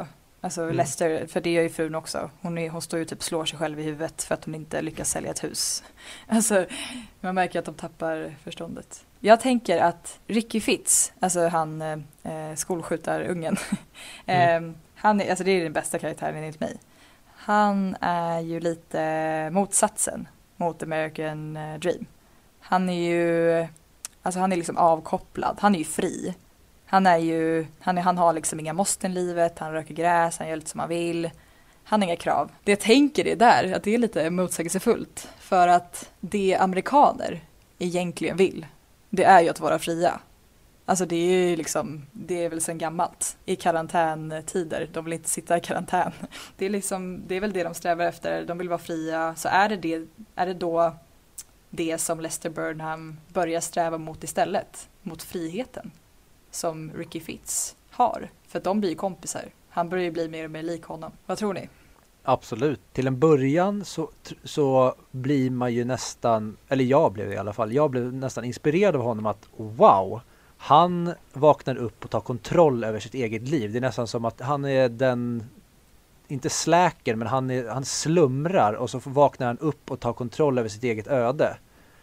Alltså Lester, för det gör ju frun också. Hon står ju typ slår sig själv i huvudet för att hon inte lyckas sälja ett hus. Alltså man märker att de tappar förståndet. Jag tänker att Ricky Fitz, alltså han skolskjutarungen, han är, alltså det är den bästa karaktären enligt mig. Han är ju lite motsatsen mot American Dream. Han är ju, alltså han är liksom avkopplad, han är ju fri. Han har liksom inga måsten i livet, han röker gräs, han gör lite som han vill. Han har inga krav. Det jag tänker är där, att det är lite motsägelsefullt. För att det amerikaner egentligen vill, det är ju att vara fria. Alltså det är ju liksom, det är väl sedan gammalt. I karantäntider, de vill inte sitta i karantän. Det är liksom, det är väl det de strävar efter, de vill vara fria. Så är det då det som Lester Burnham börjar sträva mot istället? Mot friheten som Ricky Fitz har. För att de blir ju kompisar. Han börjar ju bli mer och mer lik honom. Vad tror ni? Absolut. Till en början så blir man ju nästan, eller jag blev det i alla fall, jag blev nästan inspirerad av honom att wow, han vaknar upp och tar kontroll över sitt eget liv. Det är nästan som att han är den, inte släker, men han slumrar och så vaknar han upp och tar kontroll över sitt eget öde.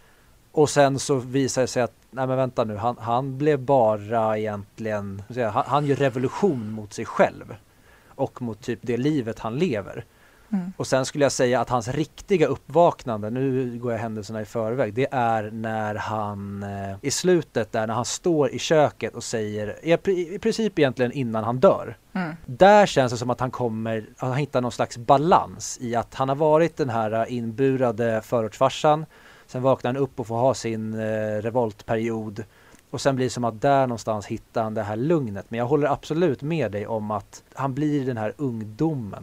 Och sen så visar det sig att, nej men vänta nu, han blev bara egentligen, han gör revolution mot sig själv och mot typ det livet han lever. Och sen skulle jag säga att hans riktiga uppvaknande, nu går jag händelserna i förväg, det är när han i slutet där när han står i köket och säger, i princip egentligen innan han dör. Där känns det som att han hittar någon slags balans i att han har varit den här inburade förortsfarsan. Sen vaknar han upp och får ha sin revoltperiod. Och sen blir det som att där någonstans hittar han det här lugnet. Men jag håller absolut med dig om att han blir den här ungdomen.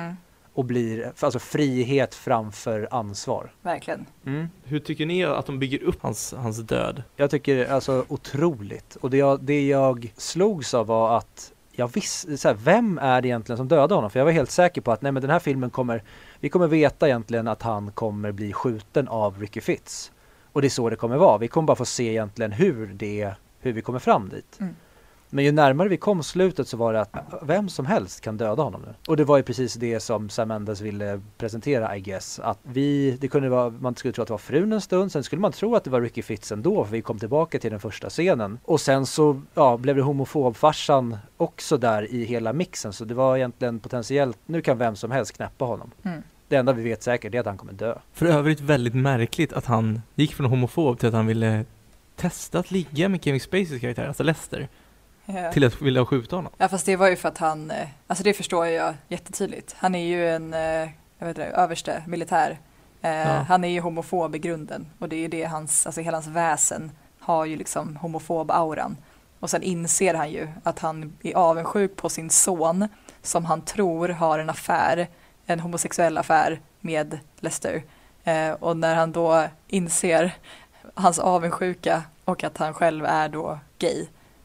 Och blir alltså frihet framför ansvar. Verkligen. Hur tycker ni att de bygger upp hans död? Jag tycker alltså otroligt. Och det jag slogs av var att jag visste, så här, vem är det egentligen som dödar honom? För jag var helt säker på att nej, men den här filmen vi kommer veta egentligen att han kommer bli skjuten av Ricky Fitz. Och det är så det kommer vara. Vi kommer bara få se egentligen hur vi kommer fram dit. Men ju närmare vi kom slutet så var det att vem som helst kan döda honom nu. Och det var ju precis det som Sam Mendes ville presentera, I guess. Att det kunde vara, man skulle tro att det var frun en stund, sen skulle man tro att det var Ricky Fitz ändå, för vi kom tillbaka till den första scenen. Och sen så blev det homofobfarsan också där i hela mixen, så det var egentligen potentiellt, nu kan vem som helst knäppa honom. Det enda vi vet säkert är att han kommer dö. För övrigt väldigt märkligt att han gick från homofob till att han ville testa att ligga med Kevin Spaceys karaktär, alltså Lester. Till att vilja skjuta honom. Ja, fast det var ju för att han, alltså det förstår jag jättetydligt. Han är ju en, överste militär. Han är ju homofob i grunden. Och det är ju det alltså hela hans väsen har ju liksom homofob-auran. Och sen inser han ju att han är avundsjuk på sin son som han tror har en homosexuell affär med Lester. Och när han då inser hans avundsjuka och att han själv är då gay,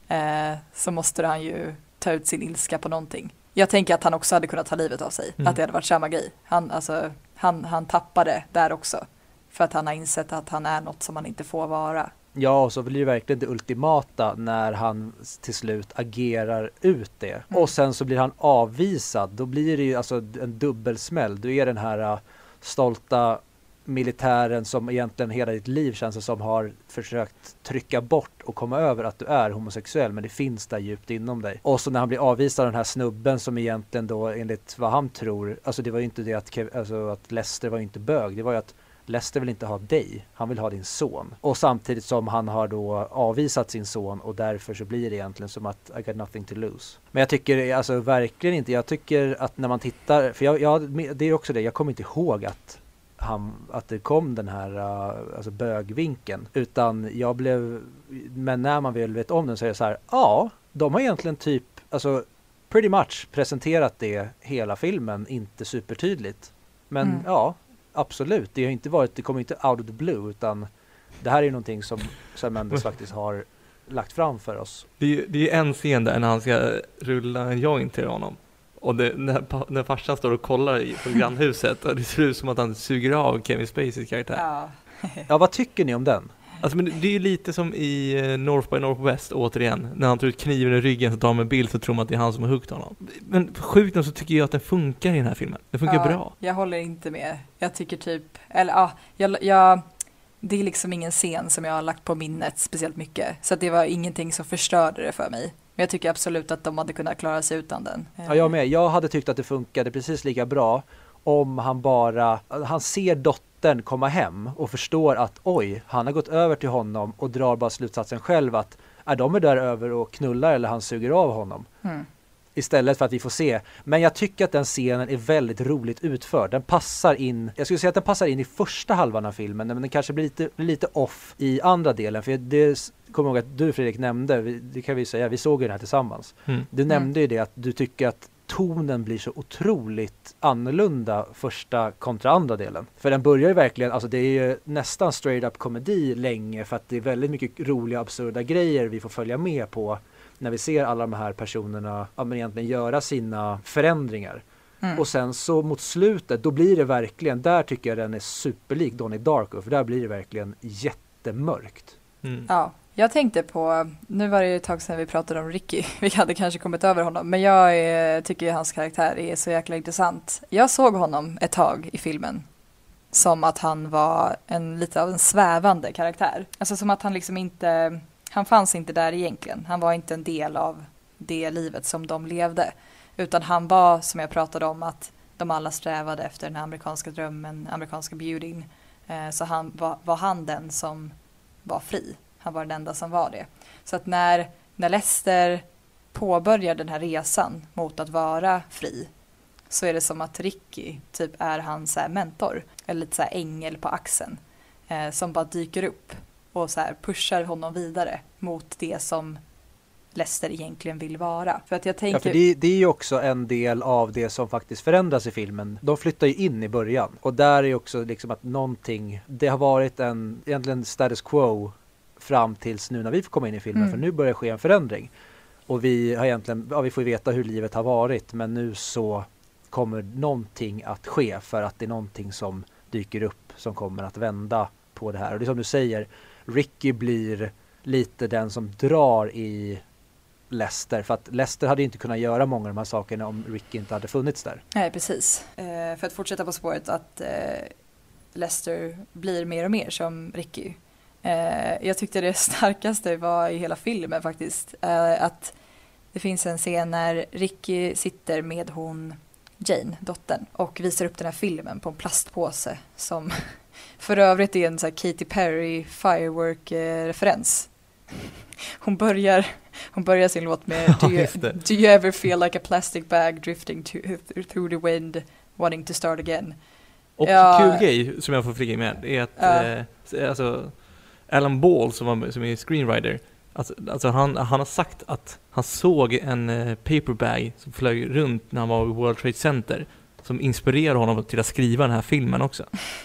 så måste han ju ta ut sin ilska på någonting. Jag tänker att han också hade kunnat ta livet av sig. Att det hade varit samma grej. Han tappade där också. För att han har insett att han är något som han inte får vara. Ja, och så blir det verkligen det ultimata när han till slut agerar ut det. Och sen så blir han avvisad. Då blir det ju alltså en dubbelsmäll. Du är den här stolta militären som egentligen hela ditt liv känns som har försökt trycka bort och komma över att du är homosexuell, men det finns där djupt inom dig. Och så när han blir avvisad av den här snubben som egentligen då enligt vad han tror, alltså det var ju inte det att Lester var inte bög, det var ju att Lester vill inte ha dig, han vill ha din son. Och samtidigt som han har då avvisat sin son och därför så blir det egentligen som att I got nothing to lose. Men jag tycker alltså verkligen inte, jag tycker att när man tittar, för det är också det, jag kommer inte ihåg att det kom den här alltså bögvinkeln, utan men när man väl vet om den så är det så här, de har egentligen typ, alltså pretty much presenterat det hela filmen, inte supertydligt. Men absolut, det kommer inte out of the blue, utan det här är någonting som Mendes faktiskt har lagt fram för oss. Det är en scen där när han ska rulla en joint till honom. Och när farsan står och kollar på grannhuset och det ser ut som att han suger av Kevin Spaceys karaktär. Ja, vad tycker ni om den? Alltså, men det är ju lite som i North by Northwest återigen. När han tar ut kniven i ryggen så tar han en bild så tror man att det är han som har huggt honom. Men sjukt nog så tycker jag att den funkar i den här filmen. Den funkar bra. Jag håller inte med. Jag tycker typ, eller ja, det är liksom ingen scen som jag har lagt på minnet speciellt mycket. Så att det var ingenting som förstörde det för mig. Men jag tycker absolut att de hade kunnat klara sig utan den. Ja, jag med. Jag hade tyckt att det funkade precis lika bra om han ser dottern komma hem och förstår att oj, han har gått över till honom och drar bara slutsatsen själv att de är där över och knullar eller han suger av honom. Istället för att vi får se. Men jag tycker att den scenen är väldigt roligt utförd. Den passar in, jag skulle säga att den passar in i första halvan av filmen, men den kanske blir lite off i andra delen. För det kommer jag ihåg att du, Fredrik, nämnde, det kan vi säga, vi såg ju den här tillsammans. Du nämnde ju det att du tycker att tonen blir så otroligt annorlunda första kontra andra delen. För den börjar ju verkligen, alltså det är ju nästan straight up komedi länge för att det är väldigt mycket roliga absurda grejer vi får följa med på när vi ser alla de här personerna egentligen göra sina förändringar. Och sen så mot slutet, då blir det verkligen, där tycker jag den är superlik Donnie Darko, för där blir det verkligen jättemörkt. Ja, jag tänkte på, nu var det ju ett tag sedan vi pratade om Ricky, vi hade kanske kommit över honom, men jag tycker hans karaktär är så jäkla intressant. Jag såg honom ett tag i filmen som att han var lite av en svävande karaktär. Alltså som att han liksom inte, han fanns inte där egentligen. Han var inte en del av det livet som de levde. Utan han var, som jag pratade om, att de alla strävade efter den amerikanska drömmen, amerikanska beautyn. Så han var han den som var fri. Han var den enda som var det. Så att när Lester påbörjar den här resan mot att vara fri, så är det som att Ricky typ är hans så här mentor. Eller lite så här ängel på axeln. Som bara dyker upp och så här pushar honom vidare mot det som Lester egentligen vill vara. För att jag tänker... Ja, för det är ju också en del av det som faktiskt förändras i filmen. De flyttar ju in i början. Och där är ju också liksom att någonting, det har varit egentligen status quo fram tills nu när vi får komma in i filmen. För nu börjar det ske en förändring. Och vi har egentligen, vi får veta hur livet har varit. Men nu så kommer någonting att ske för att det är någonting som dyker upp som kommer att vända på det här. Och det är som du säger, Ricky blir lite den som drar i Lester, för att Lester hade inte kunnat göra många av de här sakerna om Ricky inte hade funnits där. Nej, precis. För att fortsätta på spåret att Lester blir mer och mer som Ricky. Jag tyckte det starkaste var i hela filmen faktiskt, att det finns en scen när Ricky sitter med hon Jane, dottern, och visar upp den här filmen på en plastpåse som för övrigt är en så här Katy Perry firework-referens. Hon börjar sin låt med Do you ever feel like a plastic bag drifting through the wind wanting to start again? Och kul grej som jag får flika med är att alltså Alan Ball som är screenwriter, alltså han har sagt att han såg en paperbag som flög runt när han var i World Trade Center som inspirerade honom till att skriva den här filmen också.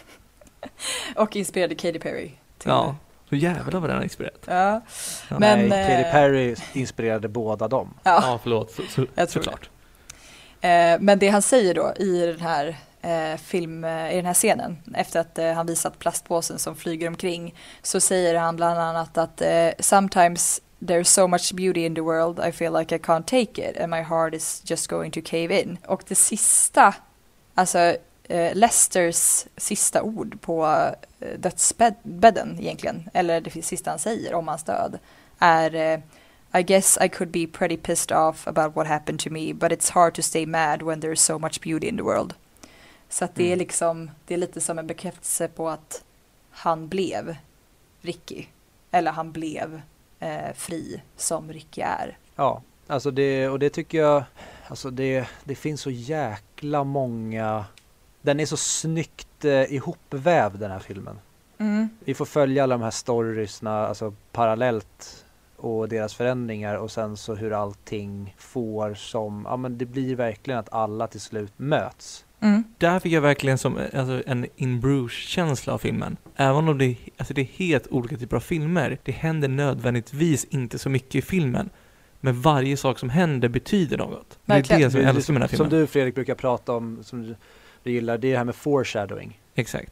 Och inspirerade Katy Perry. Ja, så jävlar vad den har inspirerat. Ja. Men Katy Perry inspirerade båda dem. Ja, förlåt. Såklart. Men det han säger då i den här i den här scenen, efter att han visat plastpåsen som flyger omkring, så säger han bland annat att sometimes there's so much beauty in the world I feel like I can't take it and my heart is just going to cave in. Och det sista, alltså Lesters sista ord på dödsbädden egentligen, eller det sista han säger om hans död, är I guess I could be pretty pissed off about what happened to me, but it's hard to stay mad when there's so much beauty in the world. Så att det är liksom, det är lite som en bekräftelse på att han blev Ricky, eller han blev fri som Ricky är. Ja, alltså det tycker jag, alltså det finns så jäkla många, den är så snyggt ihopvävd den här filmen. Vi får följa alla de här storiesna, alltså parallellt, och deras förändringar, och sen så hur allting får som, ja men det blir verkligen att alla till slut möts. Där fick jag verkligen som en In Bruges-känsla av filmen. Även om det är helt olika typer av filmer, det händer nödvändigtvis inte så mycket i filmen. Men varje sak som händer betyder något. Det är det som jag älskar med den här filmen. Som du, Fredrik, brukar prata om, som du gillar, det är det här med foreshadowing. Exakt.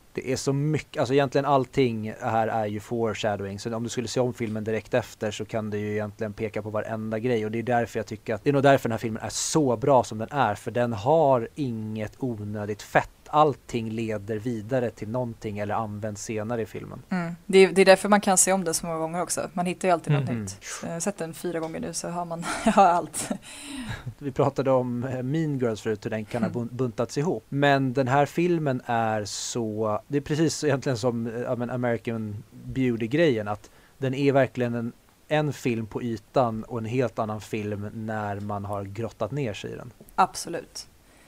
Det är så mycket, alltså egentligen allting här är ju foreshadowing. Så om du skulle se om filmen direkt efter så kan du ju egentligen peka på varenda grej. Och det är därför jag tycker att det är nog därför den här filmen är så bra som den är. För den har inget onödigt fett. Allting leder vidare till någonting eller används senare i filmen. Det är därför man kan se om den så många gånger också. Man hittar ju alltid något nytt. Jag har sett den 4 gånger nu så har man allt. Vi pratade om Mean Girls förut, hur den kan ha buntats ihop. Men den här filmen är så... Det är precis egentligen som American Beauty-grejen. Att den är verkligen en film på ytan och en helt annan film när man har grottat ner sig i den. Absolut.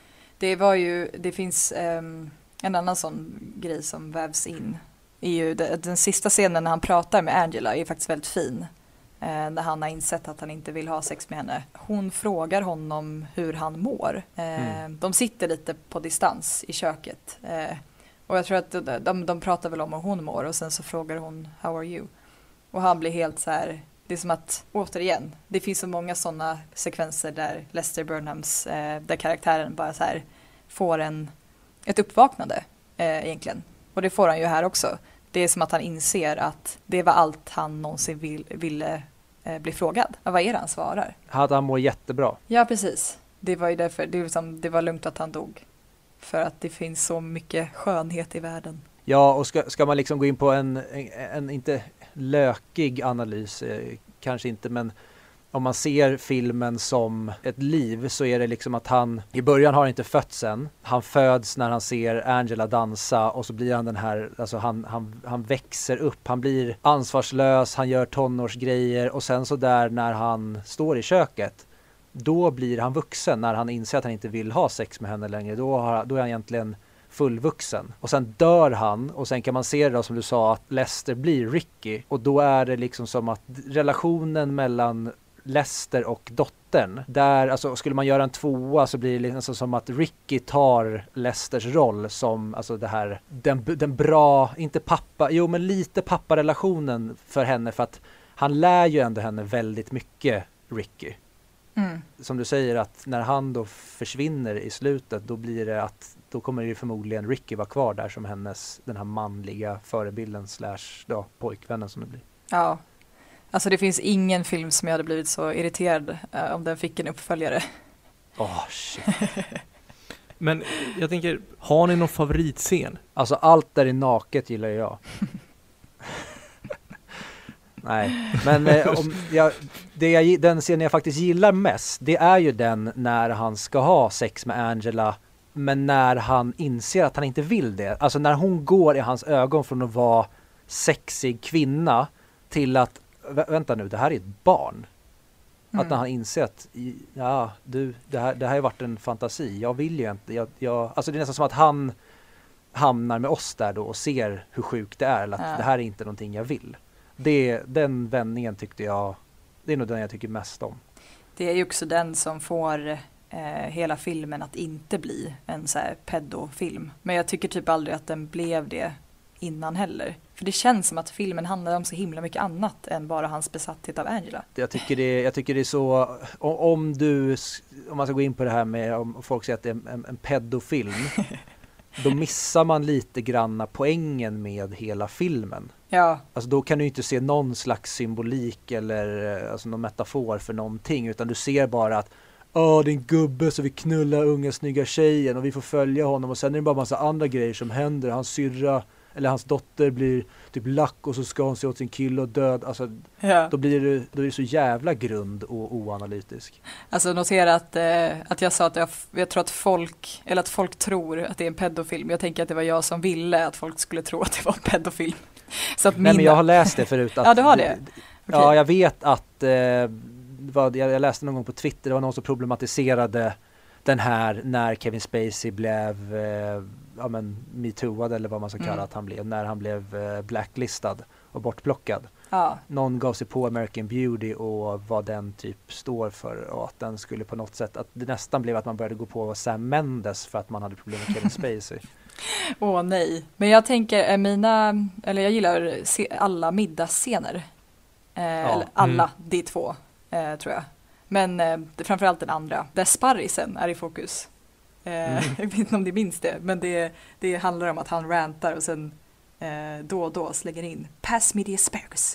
Det finns en annan sån grej som vävs in. Är ju den sista scenen när han pratar med Angela är faktiskt väldigt fin. När han har insett att han inte vill ha sex med henne. Hon frågar honom hur han mår. De sitter lite på distans i köket. Och jag tror att de pratar väl om hur hon mår. Och sen så frågar hon, how are you? Och han blir helt så här... Det är som att, återigen, det finns så många sådana sekvenser där Lester Burnhams, där karaktären bara så här får ett uppvaknande egentligen. Och det får han ju här också. Det är som att han inser att det var allt han någonsin ville bli frågad. Vad är det han svarar? Han mår jättebra. Ja, precis. Det var ju därför, det var lugnt att han dog. För att det finns så mycket skönhet i världen. Ja, och ska man liksom gå in på en inte lökig analys, kanske inte, men om man ser filmen som ett liv så är det liksom att han i början har inte fötts än. Han föds när han ser Angela dansa och så blir han den här, alltså han växer upp, han blir ansvarslös, han gör tonårsgrejer och sen så där när han står i köket då blir han vuxen när han inser att han inte vill ha sex med henne längre. Då är han egentligen fullvuxen. Och sen dör han och sen kan man se det då, som du sa, att Lester blir Ricky. Och då är det liksom som att relationen mellan Lester och dottern, där, alltså skulle man göra en 2 så blir det liksom som att Ricky tar Lesters roll som, alltså det här, den bra, inte pappa, jo men lite papparelationen för henne, för att han lär ju ändå henne väldigt mycket, Ricky. Som du säger, att när han då försvinner i slutet, då blir det att då kommer ju förmodligen Ricky vara kvar där som hennes, den här manliga förebilden / då pojkvännen som det blir. Ja, alltså det finns ingen film som jag hade blivit så irriterad om den fick en uppföljare. Shit. Men jag tänker, har ni någon favoritscen? Alltså allt där är naket gillar jag. Nej, men den scenen jag faktiskt gillar mest, det är ju den när han ska ha sex med Angela, men när han inser att han inte vill det. Alltså när hon går i hans ögon från att vara sexig kvinna till att, vänta nu, det här är ett barn. Att när han inser att, ja, det här har varit en fantasi. Jag vill ju inte, alltså det är nästan som att han hamnar med oss där då och ser hur sjukt det är. Eller att det här är inte någonting jag vill. Den vändningen tyckte jag, det är nog den jag tycker mest om. Det är ju också den som får hela filmen att inte bli en så här pedofilm. Men jag tycker typ aldrig att den blev det innan heller. För det känns som att filmen handlar om så himla mycket annat än bara hans besatthet av Angela. Jag tycker det är så, om man ska gå in på det här med om folk säger att det är en pedofilm, då missar man lite granna poängen med hela filmen. Ja. Alltså då kan du inte se någon slags symbolik eller alltså någon metafor för någonting, utan du ser bara att det är en gubbe så vi knullar unga snygga tjejen och vi får följa honom, och sen är det bara massa andra grejer som händer. Hans syrra eller hans dotter blir typ lack och så ska hon se åt sin kille och död. Alltså, då är det så jävla grund och oanalytisk. Alltså notera att jag sa att jag tror att folk tror att det är en pedofilm. Jag tänker att det var jag som ville att folk skulle tro att det var en pedofilm. Så att men jag har läst det förut. Att, ja, du har det? Okay. Ja, jag vet att jag läste någon gång på Twitter, det var någon som problematiserade den här när Kevin Spacey blev metooad eller vad man ska kalla att han blev, när han blev blacklistad och bortplockad. Ja. Någon gav sig på American Beauty och vad den typ står för, och att den skulle på något sätt, att det nästan blev att man började gå på Sam Mendes för att man hade problem med Kevin Spacey. Nej. Men jag tänker jag gillar alla middagsscener. Eller alla, det är 2 tror jag. Men framförallt den andra, där sparrisen är i fokus. Jag vet inte om ni minns det, men det handlar om att han rantar och sen då och då slänger in pass me the asparagus.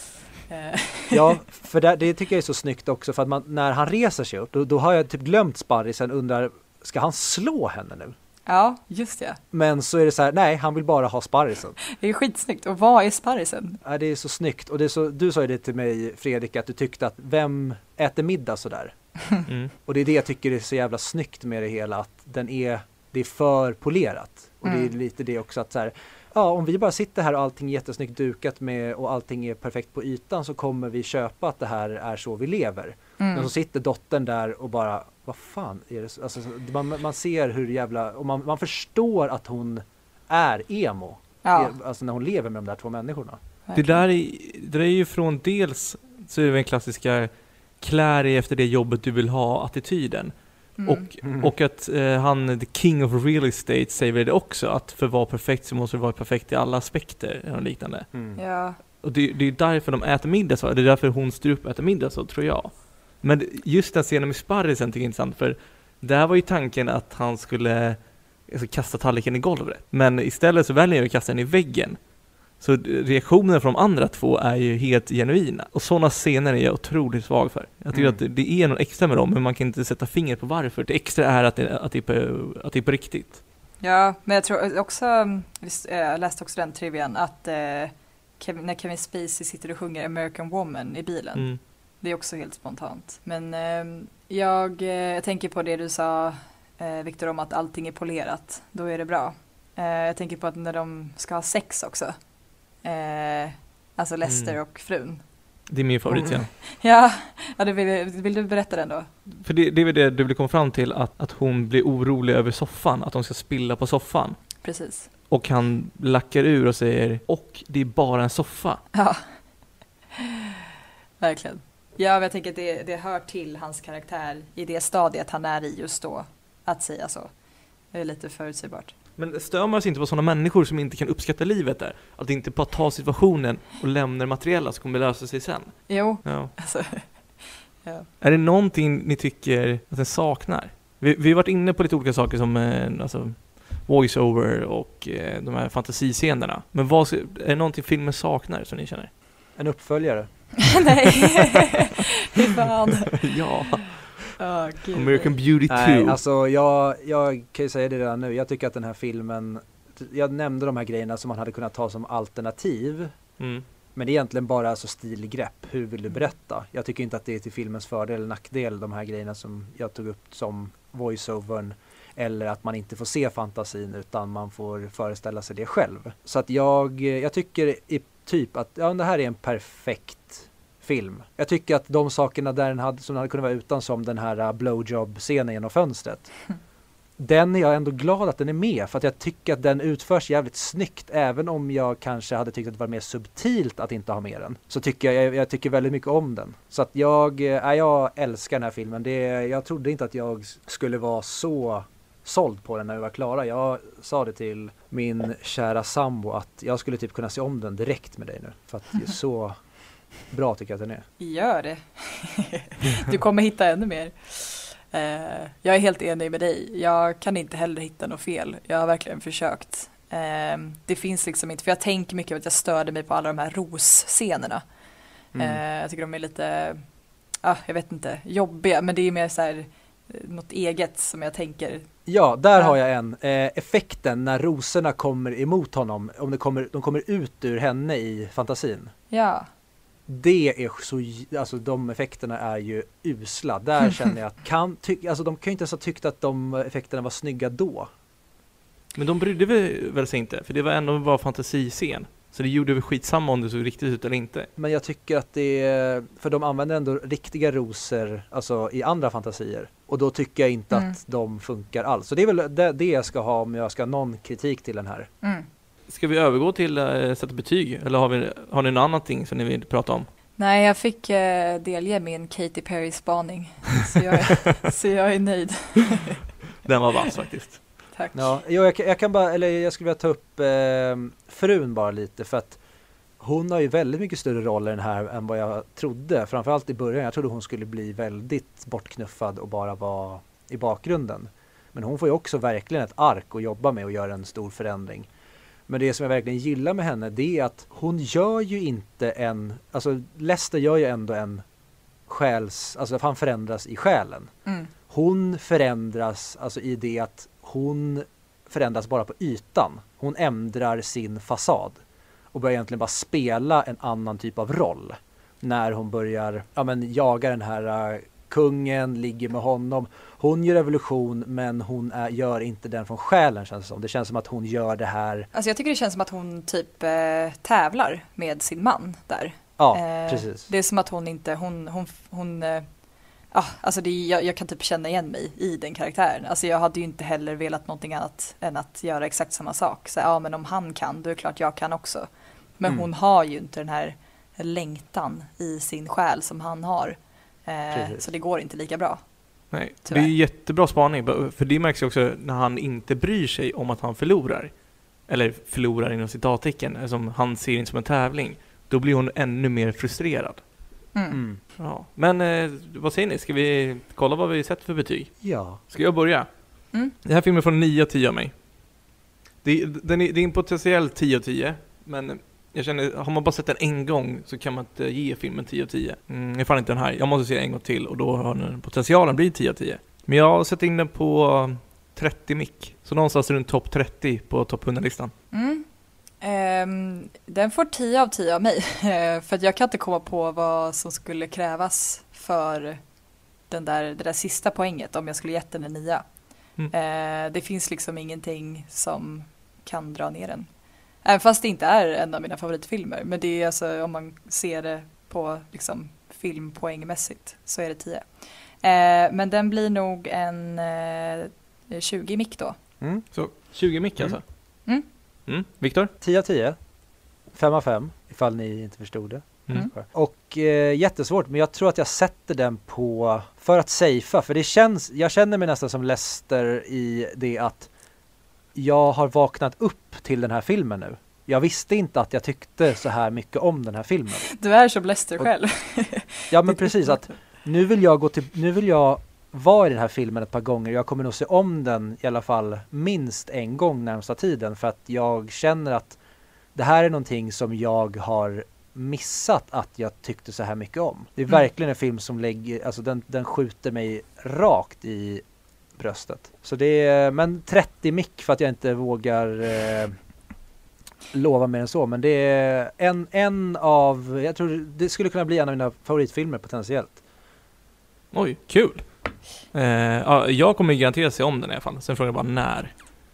Ja, för det tycker jag är så snyggt också, för att när han reser sig upp, då har jag typ glömt sparrisen, undrar, ska han slå henne nu? Ja, just det. Men så är det så här, nej, han vill bara ha sparrisen. Det är skitsnyggt. Och vad är sparrisen? Ja, det är så snyggt. Och det är så, du sa ju det till mig, Fredrik, att du tyckte att vem äter middag sådär? Och det är det jag tycker är så jävla snyggt med det hela, att det är för polerat. Och det är lite det också att så här, ja, om vi bara sitter här och allting är jättesnyggt dukat med och allting är perfekt på ytan, så kommer vi köpa att det här är så vi lever. Men så sitter dottern där och bara, vad fan är det? Alltså, man ser hur jävla, och man förstår att hon är emo. Ja. Alltså när hon lever med de där två människorna. Det där är ju från, dels så är det den klassiska klär dig efter det jobbet du vill ha attityden. Och att han, the king of real estate, säger det också, att för att vara perfekt så måste det vara perfekt i alla aspekter och liknande. Ja. Och det är därför de äter middag så. Det är därför hon styr upp och äter middag så, tror jag. Men just den scenen med sparrisen tycker jag är intressant, för där var ju tanken att han skulle kasta tallriken i golvet. Men istället så väljer jag att kasta den i väggen. Så reaktionen från de andra två är ju helt genuina. Och sådana scener är jag otroligt svag för. Jag tycker att det är något extra med dem, men man kan inte sätta fingret på varför. Det extra är att det är på riktigt. Ja, men jag tror också, jag läste också den trivian, att när Kevin Spacey sitter och sjunger American Woman i bilen. Det är också helt spontant. Men jag tänker på det du sa, Victor, om att allting är polerat. Då är det bra. Jag tänker på att när de ska ha sex också. Alltså Lester och frun. Det är min favorit, Ja, vill du berätta den då? För det är väl det du vill komma fram till, att hon blir orolig över soffan. Att de ska spilla på soffan. Precis. Och han lackar ur och säger, och det är bara en soffa. Ja, verkligen. Ja, men jag tänker att det hör till hans karaktär i det stadiet han är i just då, att säga så. Det är lite förutsägbart. Men stör man sig inte på sådana människor som inte kan uppskatta livet där? Att inte bara ta situationen och lämna det materiella, så kommer det lösa sig sen? Jo. Ja. Alltså, ja. Är det någonting ni tycker att den saknar? Vi har varit inne på lite olika saker som alltså voice-over och de här fantasiscenerna. Men är det någonting filmen saknar som ni känner? En uppföljare. Nej, hur fan. Ja. Oh, American Beauty 2. Nej, alltså jag kan ju säga det redan nu. Jag tycker att den här filmen, jag nämnde de här grejerna som man hade kunnat ta som alternativ. Men det är egentligen bara alltså stilgrepp. Hur vill du berätta? Jag tycker inte att det är till filmens fördel eller nackdel, de här grejerna som jag tog upp som voiceovern, eller att man inte får se fantasin utan man får föreställa sig det själv. Så att jag tycker i typ att det här är en perfekt film. Jag tycker att de sakerna där som hade kunnat vara utan, som den här blowjob-scenen genom fönstret, den är jag ändå glad att den är med, för att jag tycker att den utförs jävligt snyggt, även om jag kanske hade tyckt att det var mer subtilt att inte ha med den. Så tycker jag tycker väldigt mycket om den. Så att jag älskar den här filmen. Jag trodde inte att jag skulle vara så såld på den när vi var klara. Jag sa det till min kära sambo att jag skulle typ kunna se om den direkt med dig nu, för att det är så bra tycker jag att den är. Gör det. Du kommer hitta ännu mer. Jag är helt enig med dig. Jag kan inte heller hitta något fel. Jag har verkligen försökt. Det finns liksom inte, för jag tänker mycket på att jag störde mig på alla de här rosscenerna. Jag tycker de är lite, jag vet inte, jobbiga, men det är mer så här något eget som jag tänker. Ja, där har jag en. Effekten när rosorna kommer emot honom, om de kommer ut ur henne i fantasin. Ja. Det är så, alltså de effekterna är ju usla. Där känner jag att de kan ju inte ens ha tyckt att de effekterna var snygga då. Men de brydde väl sig inte, för det var ändå bara fantasiscen. Så det gjorde väl skitsamma om det såg riktigt ut eller inte. Men jag tycker att för de använder ändå riktiga rosor, alltså i andra fantasier. Och då tycker jag inte att de funkar alls. Så det är väl det jag ska ha om jag ska ha någon kritik till den här. Ska vi övergå till sätta betyg? Eller har ni något annat ting som ni vill prata om? Nej, jag fick delge min Katy Perry-spaning. Så jag är nöjd. Den var vass faktiskt. Tack. Ja, jag kan bara, eller jag skulle vilja ta upp frun bara lite, för att hon har ju väldigt mycket större roll i den här än vad jag trodde. Framförallt i början. Jag trodde hon skulle bli väldigt bortknuffad och bara vara i bakgrunden. Men hon får ju också verkligen ett ark att jobba med och göra en stor förändring. Men det som jag verkligen gillar med henne, det är att hon gör ju inte alltså Lester gör ju ändå en alltså han förändras i själen. Hon förändras alltså i det att hon förändras bara på ytan. Hon ändrar sin fasad och börjar egentligen bara spela en annan typ av roll. När hon börjar jaga den här kungen, ligger med honom. Hon gör revolution, men hon gör inte den från själen, känns det som. Det känns som att hon gör det här. Alltså jag tycker det känns som att hon typ tävlar med sin man där. Ja, precis. Det är som att hon inte, alltså jag kan typ känna igen mig i den karaktären. Alltså jag hade ju inte heller velat någonting annat än att göra exakt samma sak. Så men om han kan, då är det klart jag kan också. Men hon har ju inte den här längtan i sin själ som han har. Så det går inte lika bra. Nej, tyvärr. Det är jättebra spaning. För det märks ju också när han inte bryr sig om att han förlorar. Eller förlorar inom citattecken. Som han ser inte som en tävling. Då blir hon ännu mer frustrerad. Ja. Men vad säger ni? Ska vi kolla vad vi sett för betyg? Ja. Ska jag börja? Den här filmen får 9 av 10 av mig. Det är en potentiell 10 av 10. Men jag känner, har man bara sett den en gång så kan man inte ge filmen 10 av 10. Jag fann inte den här. Jag måste se den en gång till och då har den potentialen blivit 10 av 10. Men jag har sett in den på 30 mick. Så någonstans runt topp 30 på topp 100-listan. Den får 10 av 10 av mig. För att jag kan inte komma på vad som skulle krävas för det där sista poänget om jag skulle gett den en 9. Det finns liksom ingenting som kan dra ner den. Även fast det inte är en av mina favoritfilmer. Men det är alltså, om man ser det på liksom filmpoängmässigt så är det 10. Men den blir nog en 20 mick då. Så 20 mick alltså? Viktor? 10 av 10. 5 av 5 ifall ni inte förstod det. Och jättesvårt, men jag tror att jag sätter den på för att safea, för jag känner mig nästan som Lester i det att jag har vaknat upp till den här filmen nu. Jag visste inte att jag tyckte så här mycket om den här filmen. Du är som Lester själv. Ja, men precis, att nu vill jag vara i den här filmen ett par gånger. Jag kommer nog se om den i alla fall minst en gång närmsta tiden, för att jag känner att det här är någonting som jag har missat att jag tyckte så här mycket om. Det är verkligen en film som den skjuter mig rakt i bröstet. Så det är, men 30 mick för att jag inte vågar lova mer än så, men det är en av, jag tror det skulle kunna bli en av mina favoritfilmer potentiellt. Oj, kul. Jag kommer garanterat se om den i alla fall. Sen frågar jag bara när.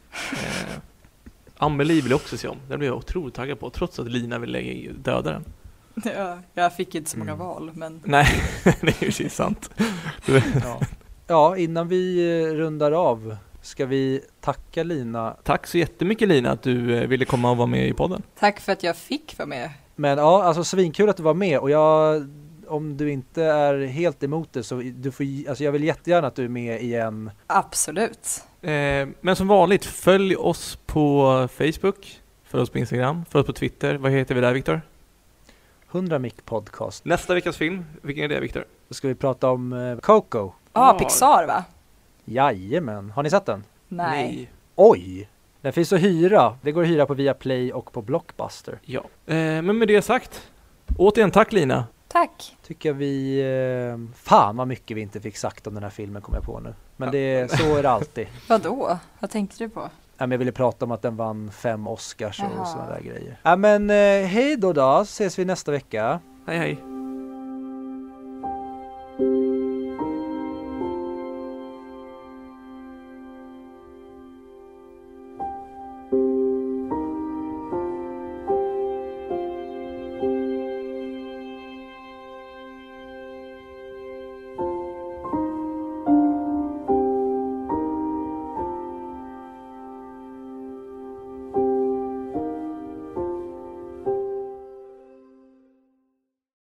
Amelie vill också se om. Det blir jag otroligt taggad på, trots att Lina vill döda den. Ja, jag fick inte så många val, men... Nej, det är ju sant. Ja, innan vi rundar av ska vi tacka Lina. Tack så jättemycket Lina att du ville komma och vara med i podden. Tack för att jag fick vara med. Men ja, alltså svinkul att du var med, och om du inte är helt emot det så jag vill jättegärna att du är med igen. Absolut. Men som vanligt, följ oss på Facebook, följ oss på Instagram, följ oss på Twitter. Vad heter vi där, Viktor? 100 mick podcast. Nästa veckas film, vilken är det, Viktor? Då ska vi prata om Coco. Pixar va? Jajamän. Har ni sett den? Nej. Oj! Den finns att hyra. Det går att hyra på Viaplay och på Blockbuster. Ja. Men med det sagt, återigen tack Lina. Tack. Tycker vi... fan vad mycket vi inte fick sagt om den här filmen, kommer jag på nu. Men så är det alltid. Vadå? Vad tänkte du på? Jag ville prata om att den vann 5 Oscars och sådana där grejer. Men hej då, ses vi nästa vecka. Hej hej.